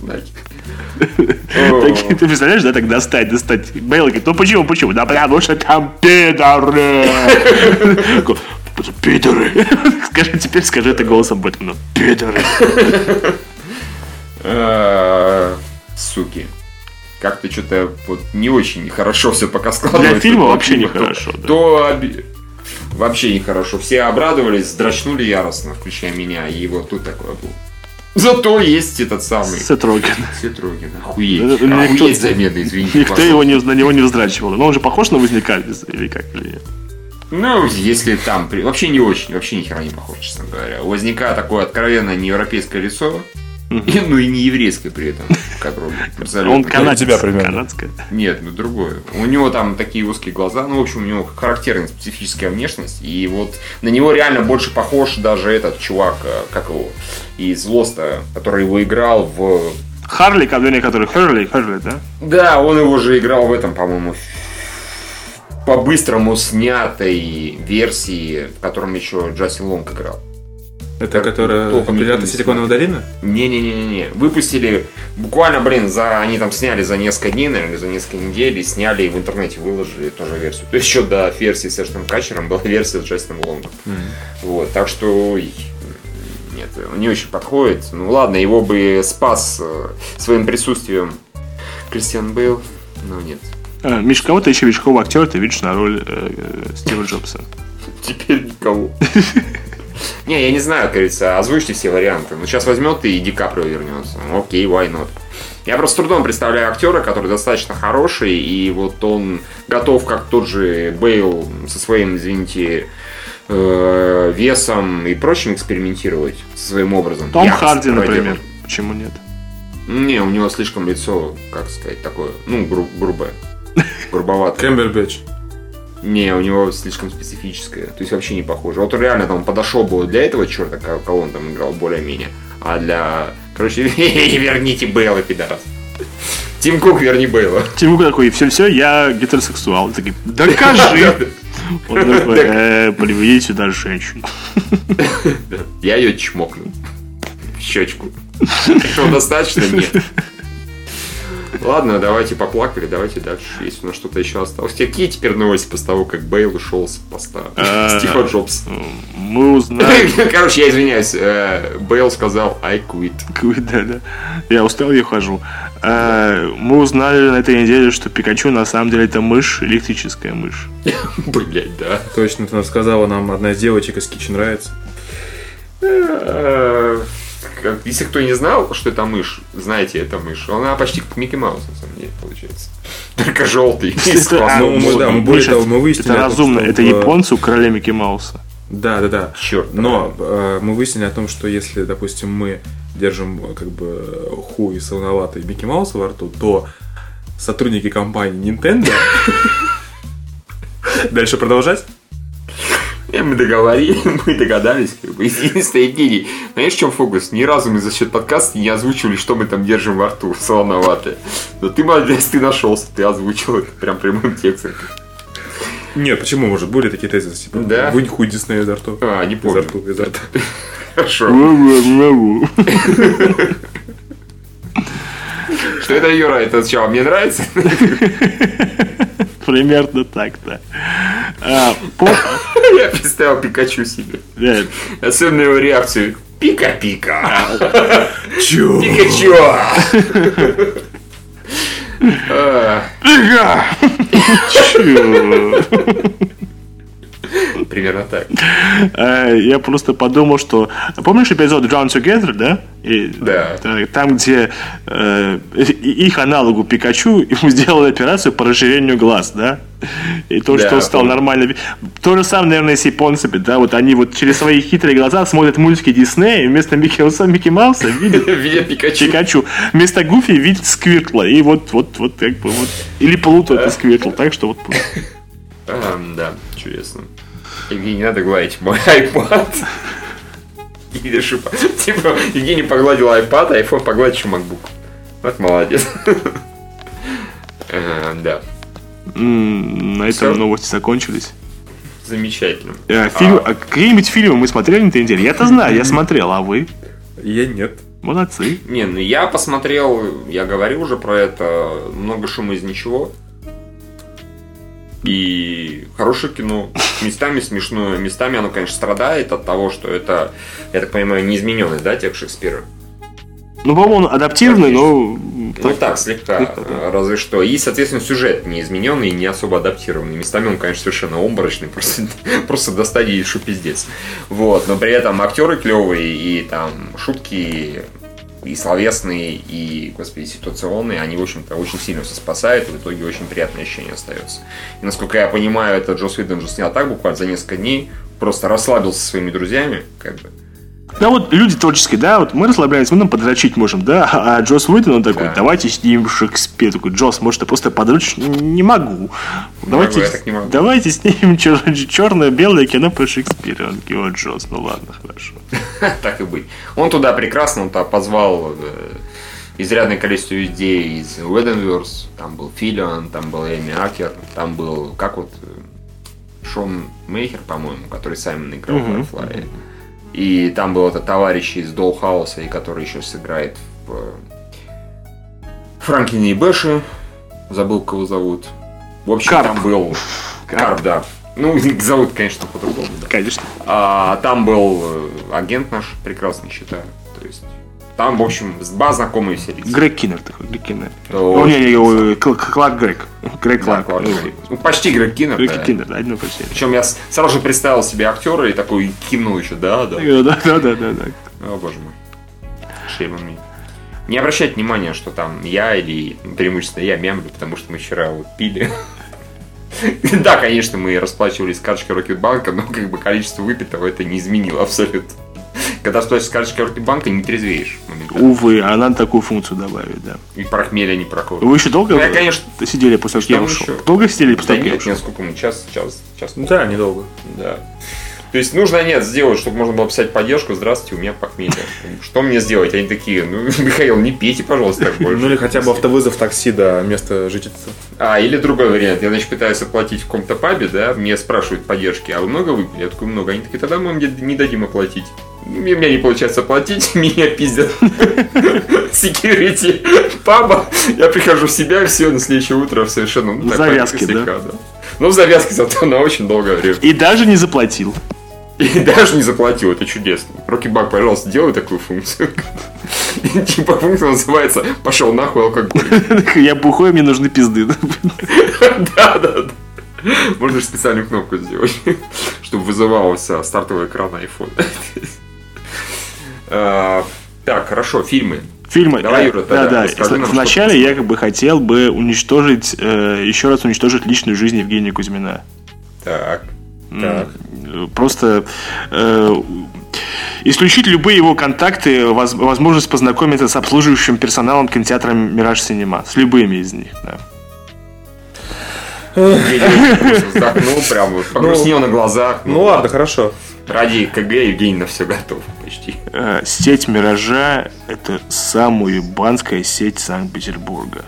Ты представляешь, да, так достать. Бейл говорит, ну почему? Да потому что там пидоры. Пидоры. Скажи это голосом Бэтмена. Пидоры. Суки. Как-то что-то вот не очень хорошо все пока складывается. Для фильма вообще нехорошо. Вообще нехорошо. Все обрадовались, дрочнули яростно, включая меня, и вот тут такое было. Зато есть этот самый Сет Роген. Охуеть замена, извините. Никто на него не вздрачивал. Но он же похож на Возняка или как? Ну, если там... Вообще не очень, вообще ни хера не похож, честно говоря. У Возняка такое откровенно неевропейское лицо. Ну и не еврейское при этом, как роль. Он канадец. Канадское. Нет, ну другое. У него там такие узкие глаза, ну, в общем, у него характерная специфическая внешность. И вот на него реально больше похож даже этот чувак, как его, из Лоста, который его играл в... Харли, который Херли, да? Да, он его же играл в этом, по-моему, по-быстрому снятой версии, в котором еще Джастин Лонг играл. Это которая «Пираты Силиконовой долины»? Не. Выпустили буквально, они там сняли за несколько дней, наверное, за несколько недель, и сняли и в интернете выложили тоже версию. То есть еще до версии с Эштоном Катчером была версия с Джастином Лонгом. Вот, так что нет, он не очень подходит. Ну ладно, его бы спас своим присутствием Кристиан Бейл, но нет. Миш, кого ты еще вечкового актера ты видишь на роль Стива Джобса? Теперь никого. Не, я не знаю, как говорится, озвучьте все варианты. Ну, сейчас возьмет и Ди Каприо вернется. Окей, why not? Я просто с трудом представляю актера, который достаточно хороший, и вот он готов, как тот же Бейл, со своим, извините, весом и прочим экспериментировать со своим образом. Том Харди, например. Почему нет? Не, у него слишком лицо, как сказать, такое, грубое. Грубоватое. Кэмбербэтч. Не, у него слишком специфическое. То есть вообще не похоже. Вот реально там подошел бы для этого черта, кого он там играл, более-менее. А для... Короче, верните Бейла, пидорас. Тим Кук, верни Бейла. Тим Кук такой, все, я гетеросексуал. Такие, докажи. Он такой, приведи сюда женщину. Я ее чмокну. В щечку. Этого достаточно? Нет. Ладно, давайте поплакали, давайте дальше. Если у нас что-то еще осталось. Какие теперь новости после того, как Бейл ушел с поста Стива Джобс? Мы узнали... Короче, я извиняюсь. Бейл сказал I quit. Да. Я устал, я хожу. Мы узнали на этой неделе, что Пикачу на самом деле это мышь, электрическая мышь. Блять, да. Точно, ты сказала нам одна из девочек из Kitchen Rights. Если кто не знал, что это мышь, знаете, это мышь. Она почти как Микки Маус, на самом деле, получается. Только желтый. Мы выяснили. Это разумно. Это японцы у короля Микки Мауса. Да. Черт. Но мы выяснили о том, что если, допустим, мы держим как бы хуй солоноватый Микки Мауса во рту, то сотрудники компании Nintendo... Дальше продолжать? Мы догадались. Единственное, Евгений, знаешь, в чем фокус? Ни разу мы за счет подкаста не озвучивали, что мы там держим во рту, солоноватое. Но ты молодец, ты нашелся, ты озвучил это прям прямым текстом. Нет, почему, может, были такие тезисы? Типа, да? Вынь хуй Диснея изо рту. Не помню. Изо рта. Хорошо. Что это, Юра? Это что, мне нравится? Примерно так, да. Я представил Пикачу себе. Особенно его реакцию. Пика-пика. Чё? Пикачу. Пика! Чё? Примерно так. Я просто подумал, что... Помнишь эпизод Drown Together, да? Да. Там, где их аналогу Пикачу ему сделали операцию по расширению глаз, да? И то, что он стал нормально... То же самое, наверное, с японцами, да? Вот они вот через свои хитрые глаза смотрят мультики Диснея, и вместо Микки Мауса видят Пикачу. Вместо Гуфи видят Сквиртла. И вот как бы вот... Или Плуто это Сквиртл, так что вот... Да, чудесно. Евгений, не надо гладить мой iPad. Типа, Евгений погладил iPad, а iPhone погладил еще MacBook. Вот молодец. Да. На этом новости закончились. Замечательно. Какие-нибудь фильмы мы смотрели на этой неделе? Я-то знаю, я смотрел, а вы? Я нет. Молодцы. Не, я посмотрел, я говорил уже про это, много шума из ничего. И хорошее кино. Местами смешное. Местами оно, конечно, страдает от того, что это, я так понимаю, неизмененный, да, текст Шекспира. Ну, по-моему, он адаптированный, но... так, слегка. Разве что. И, соответственно, сюжет неизмененный и не особо адаптированный. Местами он, конечно, совершенно обморочный. Просто до стадии шо пиздец. Вот. Но при этом актеры клевые и там шутки... И словесные, и, господи, ситуационные, они, в общем-то, очень сильно все спасают, и в итоге очень приятное ощущение остается. И, насколько я понимаю, это Джосс Уидон же снял так, буквально за несколько дней, просто расслабился со своими друзьями, как бы. Да, вот люди творческие, да, вот мы расслабляемся, мы нам подрочить можем, да, а Джосс Уидон, он такой, давайте снимем Шекспир, такой, Джосс, может, ты просто подрочишь? Не могу. Давайте снимем черно-белое кино про Шекспира. Он такой, Джосс, ну ладно, хорошо. Так и быть. Он туда прекрасно, он туда позвал изрядное количество людей из Уэденверс, там был Филлиан, там был Эми Акер, там был, Шон Мейхер, по-моему, который Саймон играл в Firefly. И там был этот товарищ из Dollhouse, и который еще сыграет в Франклине и Бэше. Забыл, кого зовут. В общем, Карп. Там был Карп, да. Ну, зовут, конечно, по-другому. Да. Конечно. Там был агент наш прекрасный, считаю. То есть, там, в общем, знакомые все лица. Грег Киннер такой, Грег Киннер. Кларк Грег. Грег Кларк. Ну, почти Грег Киннер. Грег Киннер, да, одно почти. Причем я сразу же представил себе актера и такой кивнул еще, да. Да. О, боже мой. Shame on me. Не обращать внимания, что там я или преимущественно я мямлю, потому что мы вчера вот пили. Да, конечно, мы расплачивались с карточкой Рокетбанка, но как бы количество выпитого это не изменило абсолютно. Когда сплачиваешь с карточкой Рокетбанка, не трезвеешь. Увы, а надо такую функцию добавить, да. И про хмеля не проходит. Вы еще долго конечно, сидели после того, как я ушел? Долго сидели после того, как я ушел? Нет, сколько мы? Час. Да, недолго. Да. То есть нужно, сделать, чтобы можно было писать поддержку. Здравствуйте, у меня похмелье. Что мне сделать? Они такие, Михаил, не пейте, пожалуйста, так больше. Ну или хотя бы автовызов такси до места жительства. Или другой вариант. Я, пытаюсь оплатить в каком-то пабе, да, мне спрашивают поддержки, а вы много выпили? Я такой, много. Они такие, тогда мы не дадим оплатить. У меня не получается оплатить, меня пиздят. Security паба. Я прихожу в себя, все, на следующее утро совершенно... В завязке, да? Ну, в завязке, зато на очень долгое время. И даже не заплатил. И даже не заплатил, это чудесно. Рокетбанк, пожалуйста, делай такую функцию. Типа функция называется «Пошел нахуй, алкоголь». Я бухой, мне нужны пизды. Да. Можно же специальную кнопку сделать, чтобы вызывался стартовый экран iPhone. Так, хорошо, фильмы. Давай, Юра, да. Вначале я как бы хотел бы еще раз уничтожить личную жизнь Евгения Кузьмина. Так. Просто исключить любые его контакты, возможность познакомиться с обслуживающим персоналом кинотеатра «Мираж Синема». С любыми из них, да. Вздохнул, прям вот погрустнел на глазах. Ну ладно, хорошо. Ради КГ Евгений на все готов почти. Сеть «Миража» — это самая уебанская сеть Санкт-Петербурга.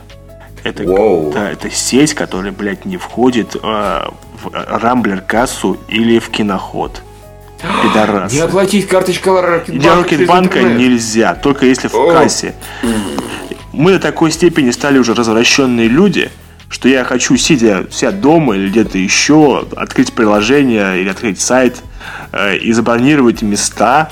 Это сеть, которая, блядь, не входит в Рамблер-кассу или в Киноход. Пидорас. Не оплатить карточкой Рокетбанка нельзя, только если в кассе. Мы до такой степени стали уже развращенные люди, что я хочу, сидя дома или где-то еще, открыть приложение или открыть сайт и забронировать места.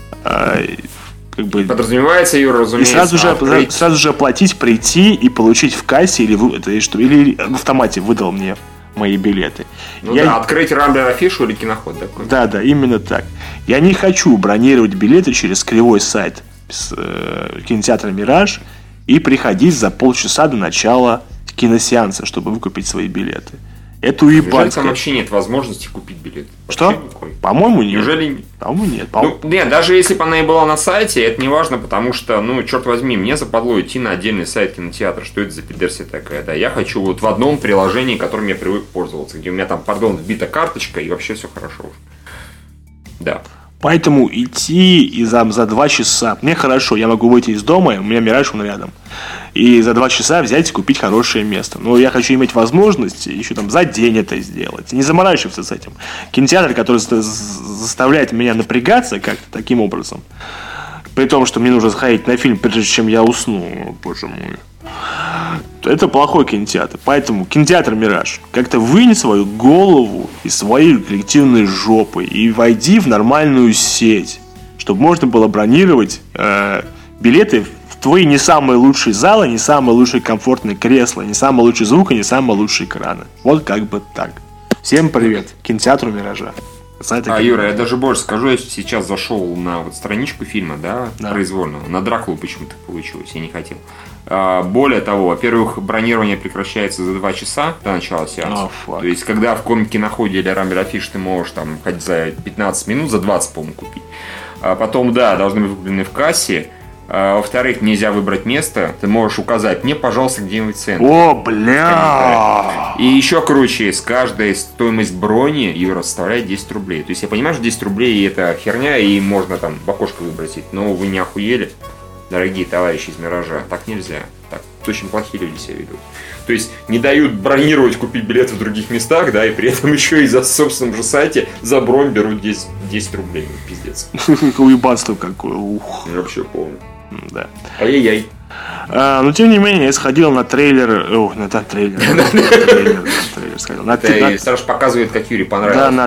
Подразумевается, Юра, разумеется. И сразу же оплатить, прийти и получить в кассе или в автомате выдал мне мои билеты. Открыть Рамблер афишу или Киноход. Да, именно так. Я не хочу бронировать билеты через кривой сайт кинотеатра «Мираж» и приходить за полчаса до начала киносеанса, чтобы выкупить свои билеты. Это уебанское. Там вообще нет возможности купить билет. Что? По-моему, нет. Неужели нет? По-моему, нет. Нет, даже если бы она и была на сайте, это не важно, потому что, черт возьми, мне западло идти на отдельный сайт кинотеатра. Что это за пидерсия такая? Да, я хочу вот в одном приложении, которым я привык пользоваться, где у меня там, вбита карточка и вообще все хорошо. Да. Поэтому идти и за 2 часа... Мне хорошо, я могу выйти из дома, у меня «Мираж», он рядом. И за 2 часа взять и купить хорошее место. Но я хочу иметь возможность еще за день это сделать. Не заморачиваться с этим. Кинотеатр, который заставляет меня напрягаться как-то таким образом. При том, что мне нужно сходить на фильм, прежде чем я усну. Боже мой. Это плохой кинотеатр. Поэтому кинотеатр «Мираж», как-то вынь свою голову из своей коллективной жопы и войди в нормальную сеть, чтобы можно было бронировать билеты в твои не самые лучшие залы, не самые лучшие комфортные кресла, не самый лучший звук и не самые лучшие экраны. Вот как бы так. Всем привет. Кинотеатру «Миража». Юра, я даже больше скажу, я сейчас зашел на страничку фильма, произвольного. На Дракулу почему-то получилось, я не хотел. Более того, во-первых, бронирование прекращается за 2 часа до начала сеанса. То есть, когда в Киноходе или Рамблер афиш ты можешь хоть за 15 минут, за 20, по-моему, купить. Потом, должны быть выкуплены в кассе. Во-вторых, нельзя выбрать место. Ты можешь указать мне, пожалуйста, где-нибудь центр. О, бля! И еще круче, с каждой стоимость брони, Юра, составляет 10 рублей. То есть я понимаю, что 10 рублей это херня, и можно в окошко выбросить. Но вы не охуели, дорогие товарищи из «Миража». Так нельзя. Так очень плохие люди себя ведут. То есть не дают бронировать, купить билеты в других местах, и при этом еще и за собственном же сайте за бронь берут 10 рублей. Пиздец. Уебанство какое. Ух. Я вообще помню. Да. Ай-яй-яй. Но тем не менее, я сходил на трейлер. Трейлер сходил. Сразу показывает, как Юре понравилось. Да, на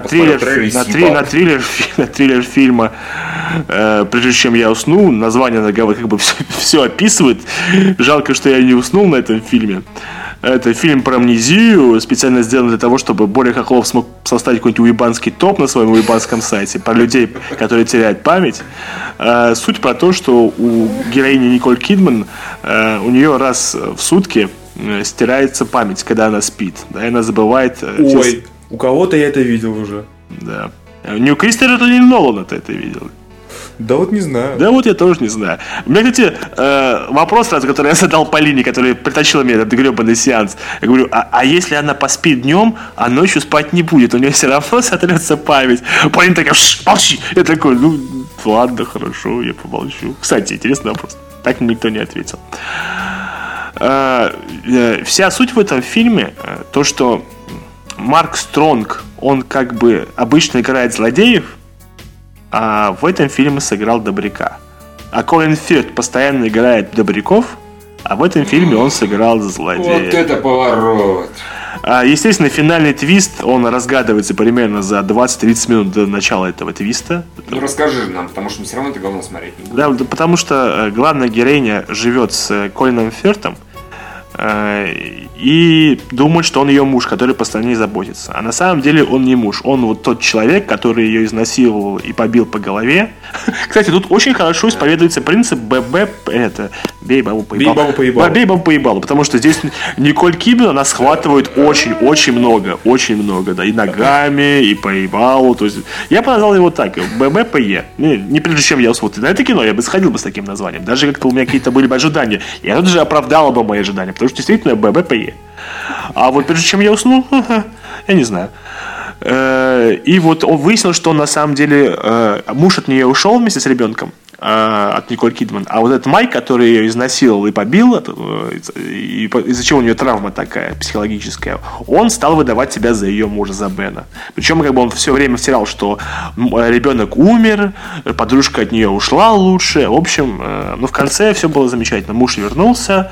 трейлер фильма «Прежде чем я усну». Название как бы все описывает. Жалко, что я не уснул на этом фильме. Это фильм про амнезию, специально сделан для того, чтобы Боря Хохлов смог составить какой-нибудь уебанский топ на своем уебанском сайте про людей, которые теряют память. Суть про то, что у героини Николь Кидман у нее раз в сутки стирается память, когда она спит. Да, и она забывает... Ой, у кого-то я это видел уже. Да. Не у Кристофера Нолана ты это видел. Да вот не знаю. Да вот я тоже не знаю. У меня, кстати, вопрос сразу, который я задал Полине, которая притащила мне этот гребаный сеанс. Я говорю, а если она поспит днем, а ночью спать не будет, у нее все равно сотрется память. Полина такая, молчи. Я такой, ну ладно, хорошо, я помолчу. Кстати, интересный вопрос. Так никто не ответил. Вся суть в этом фильме, то, что Марк Стронг, он как бы обычно играет злодеев, а в этом фильме сыграл добряка. А Колин Фирт постоянно играет добряков, а в этом фильме он сыграл злодея. Вот это поворот! Естественно, финальный твист, он разгадывается примерно за 20-30 минут до начала этого твиста. Ну расскажи нам, потому что мы все равно это говно смотреть не будем. Да, потому что главная героиня живет с Колином Фиртом и думает, что он ее муж, который постоянно не заботится. А на самом деле он не муж. Он вот тот человек, который ее изнасиловал и побил по голове. Кстати, тут очень хорошо исповедуется принцип бей бабу поебалу. Бей бабу поебалу. Потому что здесь Николь Кидман, она схватывает очень много. Да, и ногами, и поебалу. То есть, я бы назвал его так, ББПЕ. Не прежде чем я усмотрел на это кино, я бы сходил бы с таким названием. Даже как-то у меня какие-то были бы ожидания. Я тут же оправдала бы мои ожидания. Потому что действительно ББПЕ. А вот прежде чем я уснул, я не знаю. И вот он выяснил, что на самом деле муж от нее ушел вместе с ребенком, от Николь Кидман. А вот этот Майк, который ее изнасиловал и побил, из-за чего у нее травма такая психологическая, он стал выдавать себя за ее мужа, за Бена. Причем как бы он все время втирал, что ребенок умер, подружка от нее ушла лучше. В общем, в конце все было замечательно. Муж вернулся.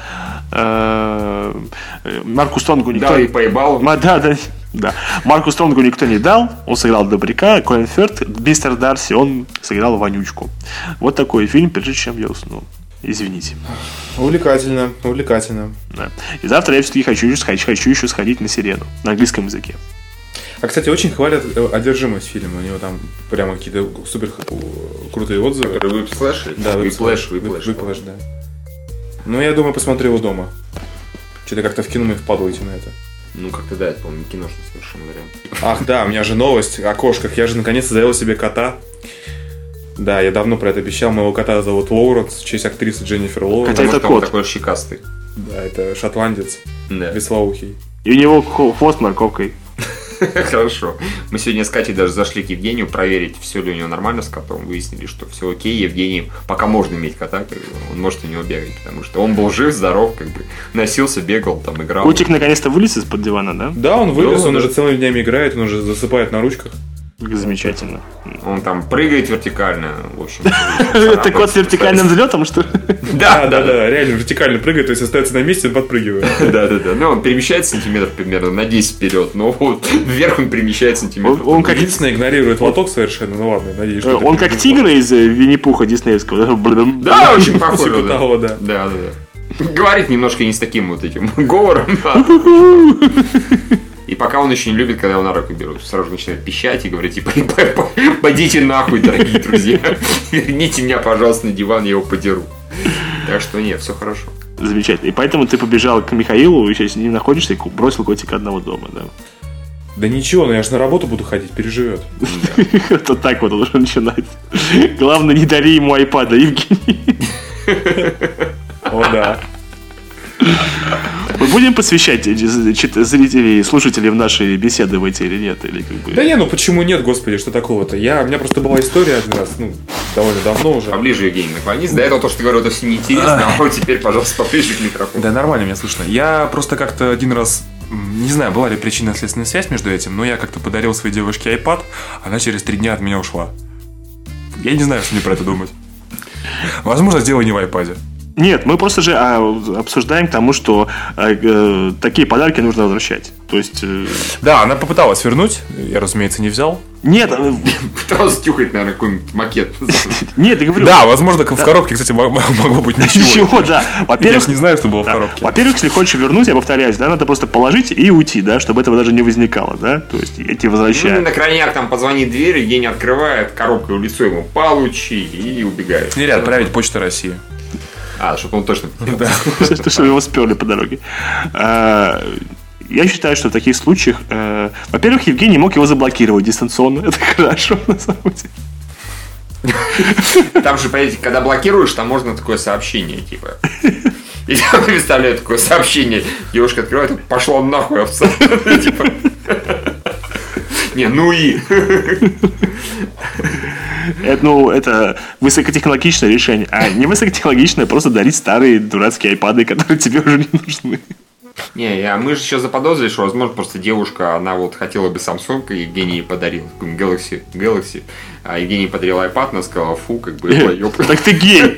Марку Стронгу никто... Да, и поебал. Да. Марку Стронгу никто не дал. Он сыграл добряка. Колин Фирт, мистер Дарси, он сыграл вонючку. Вот такой фильм, прежде чем я уснул. Извините. Увлекательно. Да. И завтра я все-таки хочу еще сходить на «Сирену» на английском языке. А, кстати, очень хвалят «Одержимость» фильма. У него там прямо какие-то супер крутые отзывы. Выплэш? Да, выплэш, да. Ну, я думаю, посмотрю его дома. Что-то как-то в кино мы впадло идти на это. Ну, как-то да, это, по-моему, киношный совершенно вариант. Ах, да, у меня же новость о кошках. Я же наконец-то завел себе кота. Да, я давно про это обещал. Моего кота зовут Лоуренс, в честь актрисы Дженнифер Лоуренс. Хотя это кот. Он такой щекастый. Да, это шотландец. Да. Веслоухий. И у него хвост морковкой. Хорошо. Мы сегодня с Катей даже зашли к Евгению проверить, все ли у него нормально с котом. Выяснили, что все окей. Евгений, пока можно иметь кота, он может у него бегать, потому что он был жив, здоров, как бы носился, бегал, там играл. Котик наконец-то вылез из-под дивана, да? Да, он вылез, он уже целыми днями играет, он уже засыпает на ручках. Замечательно. Он там прыгает вертикально, в общем. Это кот с вертикальным взлетом, что ли? Да, реально вертикально прыгает, то есть остается на месте, он подпрыгивает. Да. Ну, он перемещается сантиметров примерно на 10 вперед, но вот вверх он перемещается сантиметров. Он как единственное игнорирует лоток совершенно, ну ладно, надеюсь, что он как тигр из Винни-Пуха диснеевского. Да, очень похоже. Типа того, да. Да. Говорит немножко не с таким вот этим говором. И пока он еще не любит, когда его на руку берут. Сразу начинает пищать и говорит, типа, пойдите нахуй, дорогие друзья. Верните меня, пожалуйста, на диван, я его подеру. Так что нет, все хорошо. Замечательно. И поэтому ты побежал к Михаилу, и сейчас с ним находишься, и бросил котика одного дома, да? Да ничего, но я же на работу буду ходить, переживет. Это так вот уже начинается. Главное, не дари ему айпада, Евгений. О, да. Мы будем посвящать зрителей и слушателей в наши беседы в эти или нет? Или как бы... Да не, ну почему нет, господи, что такого-то? У меня просто была история один раз, довольно давно уже. Поближе, Евгений, наклонись. До этого то, что ты говорил, это все неинтересно, а вот теперь, пожалуйста, поближе к микрофону. Да, нормально меня слышно. Я просто как-то один раз, не знаю, была ли причинно-следственная связь между этим, но я как-то подарил своей девушке iPad, она через 3 дня от меня ушла. Я не знаю, что мне про это думать. Возможно, дело не в iPad. Нет, мы просто же обсуждаем к тому, что такие подарки нужно возвращать. То есть... Да, она попыталась вернуть, я, разумеется, не взял. Нет, Пытался тюхать, наверное, какой-нибудь макет. нет, я говорю... Да, возможно, в коробке, кстати, могло быть ничего. Ничего, да. Я Во-первых, же не знаю, что было в коробке. во-первых, если хочешь вернуть, я повторяюсь, да, надо просто положить и уйти, да, чтобы этого даже не возникало, да, то есть я тебе Ну, возвращаю. на крайняк там позвонит в дверь, Евгений открывает, коробкой в лицо ему получи и убегает. Или отправить Почту России. Чтобы он точно... Да. Чтобы его сперли по дороге. Я считаю, что в таких случаях, во-первых, Евгений мог его заблокировать дистанционно. Это хорошо, на самом деле. Там же, понимаете, когда блокируешь, там можно такое сообщение, типа. И я представляю такое сообщение. Девушка открывает, пошла нахуй, овца. Типа. Не, ну и... Это высокотехнологичное решение. А не высокотехнологичное просто дарить старые дурацкие айпады, которые тебе уже не нужны. Не, мы же еще заподозрили, что, возможно, просто девушка, она вот хотела бы Samsung, и Евгений ей подарил Galaxy, а Евгений подарил iPad, она сказала, фу, как бы, ёпта. Так ты гей!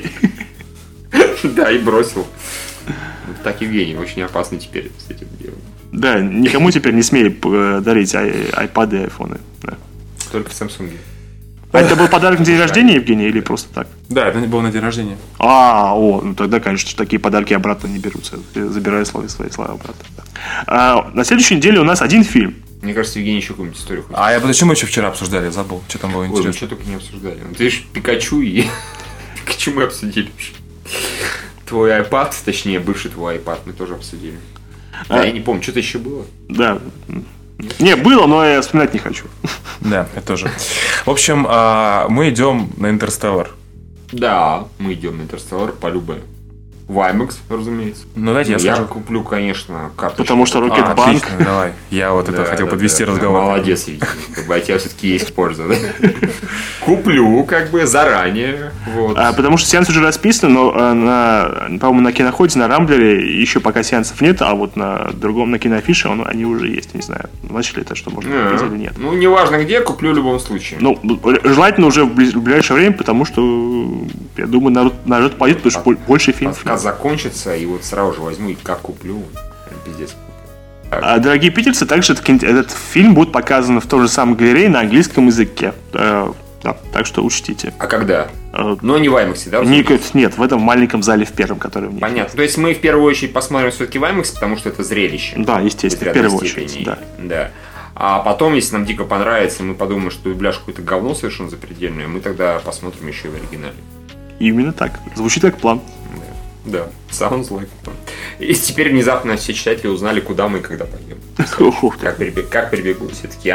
Да, и бросил. Так Евгений очень опасный теперь с этим делом. Да, никому теперь не смей дарить айпады и айфоны. Только в Samsung. А это был подарок на день рождения, Евгений, или просто так? Да, это было на день рождения. Ну тогда, конечно, такие подарки обратно не берутся. Я забираю свои слова обратно. Да. На следующей неделе у нас один фильм. Мне кажется, Евгений еще какую-нибудь историю хочет. А почему мы еще вчера обсуждали? Забыл, что там было Ой, мы интересно. что только не обсуждали. Ты же Пикачу и... Пикачу мы обсудили уже. Твой iPad, точнее, бывший твой iPad мы тоже обсудили. Да, я не помню, что-то еще было. Да. Не, было, но я вспоминать не хочу. Да, это тоже. В общем, мы идем на Интерстеллар. Да, мы идем на Интерстеллар по любому. В IMAX, разумеется. Ну, дайте я скажу. куплю, конечно, карточку. Потому что Рокетбанк... Отлично, давай. Я вот это хотел подвести разговор. Молодец, Евгений. Как бы от тебя все-таки есть польза, да? Куплю, как бы, заранее. Вот. Потому что сеанс уже расписан, но, по-моему, на Киноходе, на Рамблере еще пока сеансов нет, а вот на другом, на Киноафише они уже есть, не знаю, начали это, что можно купить или нет. Ну, неважно где, куплю в любом случае. Ну, желательно уже в ближайшее время, потому что, я думаю, народ пойдет, потому что больше фильмов. Подкаст закончится, и вот сразу же возьму и как куплю. Пиздец. Дорогие питерцы, также этот фильм будет показан в той же самой галерее на английском языке. Да, так что учтите. А когда? Но не в IMAX, да? Нет, в этом маленьком зале в первом, который у них. Понятно. То есть мы в первую очередь посмотрим все-таки в IMAX, потому что это зрелище. Да, естественно, в первую очередь. Да. А потом, если нам дико понравится, мы подумаем, что дубляж какое-то говно совершенно запредельное, мы тогда посмотрим еще и в оригинале. Именно так. Звучит как план. Да, sounds like fun. И теперь внезапно все читатели узнали, куда мы и когда пойдем. Как прибегут. Все такие,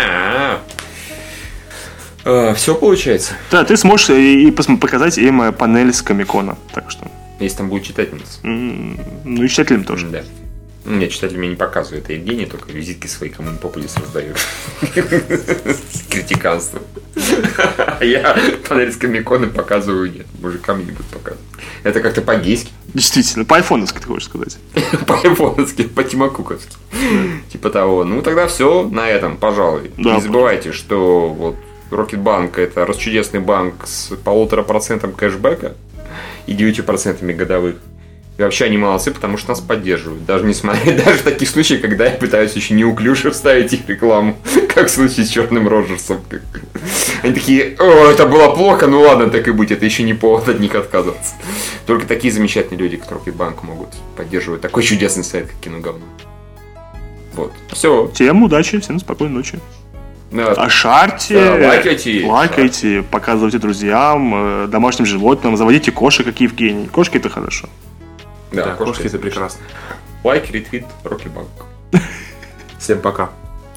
все получается. Да, ты сможешь и показать им панель с Комикона. Так что. Если там будет читательница. Ну и читателям тоже. Да. Нет, читатель мне не показывает. Это Евгений только визитки свои кому не попадется раздает. Критиканство. А я панель с Комикона показываю нет. Мужикам не буду показывать. Это как-то по-гейски. Действительно, по-айфоновски ты хочешь сказать. По-айфоновски, по-тимакуковски. Типа того. Ну тогда все на этом, пожалуй. Не забывайте, что вот Рокетбанк это расчудесный банк с 1,5% кэшбэка и 9% годовых. И вообще они молодцы, потому что нас поддерживают. Даже несмотря даже в таких случаях, когда я пытаюсь еще неуклюже вставить их рекламу, как в случае с Черным Роджерсом. Они такие, это было плохо, ну ладно, так и быть, это еще не повод от них отказываться. Только такие замечательные люди, как Рокетбанк, могут поддерживать такой чудесный сайт, как Киноговно. Вот. Все. Всем удачи, всем спокойной ночи. А шарьте, лайкайте, показывайте друзьям, домашним животным, заводите кошек, как Евгений. Кошки это хорошо. Да, кошки это прекрасно. Лайк, ретвит, Рокетбанк. Всем пока.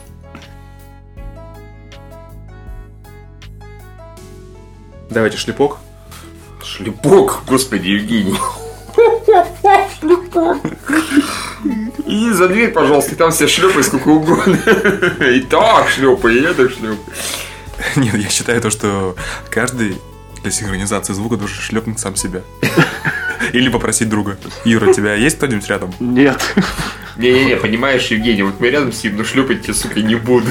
Давайте шлепок. Шлепок, господи, Евгений. Шлепок. И за дверь, пожалуйста, и там все шлепай сколько угодно. И так шлепай, и это шлепай. Нет, я считаю то, что каждый для синхронизации звука должен шлепнуть сам себя. Или попросить друга. Юра, у тебя есть кто-нибудь рядом? Нет. Не-не-не, понимаешь, Евгений, вот мы рядом сидим, но шлепать тебе, сука, не буду.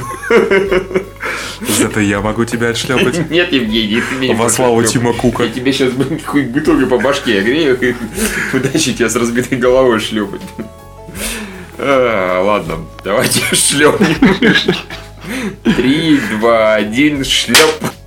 Зато я могу тебя отшлепать. Нет, Евгений, ты меня во славу Тима Кука. Я тебе сейчас хоть бутылкой по башке огрею, и удачи тебе с разбитой головой шлепать. Ладно, давайте шлепнем. 3, 2, 1, шлеп.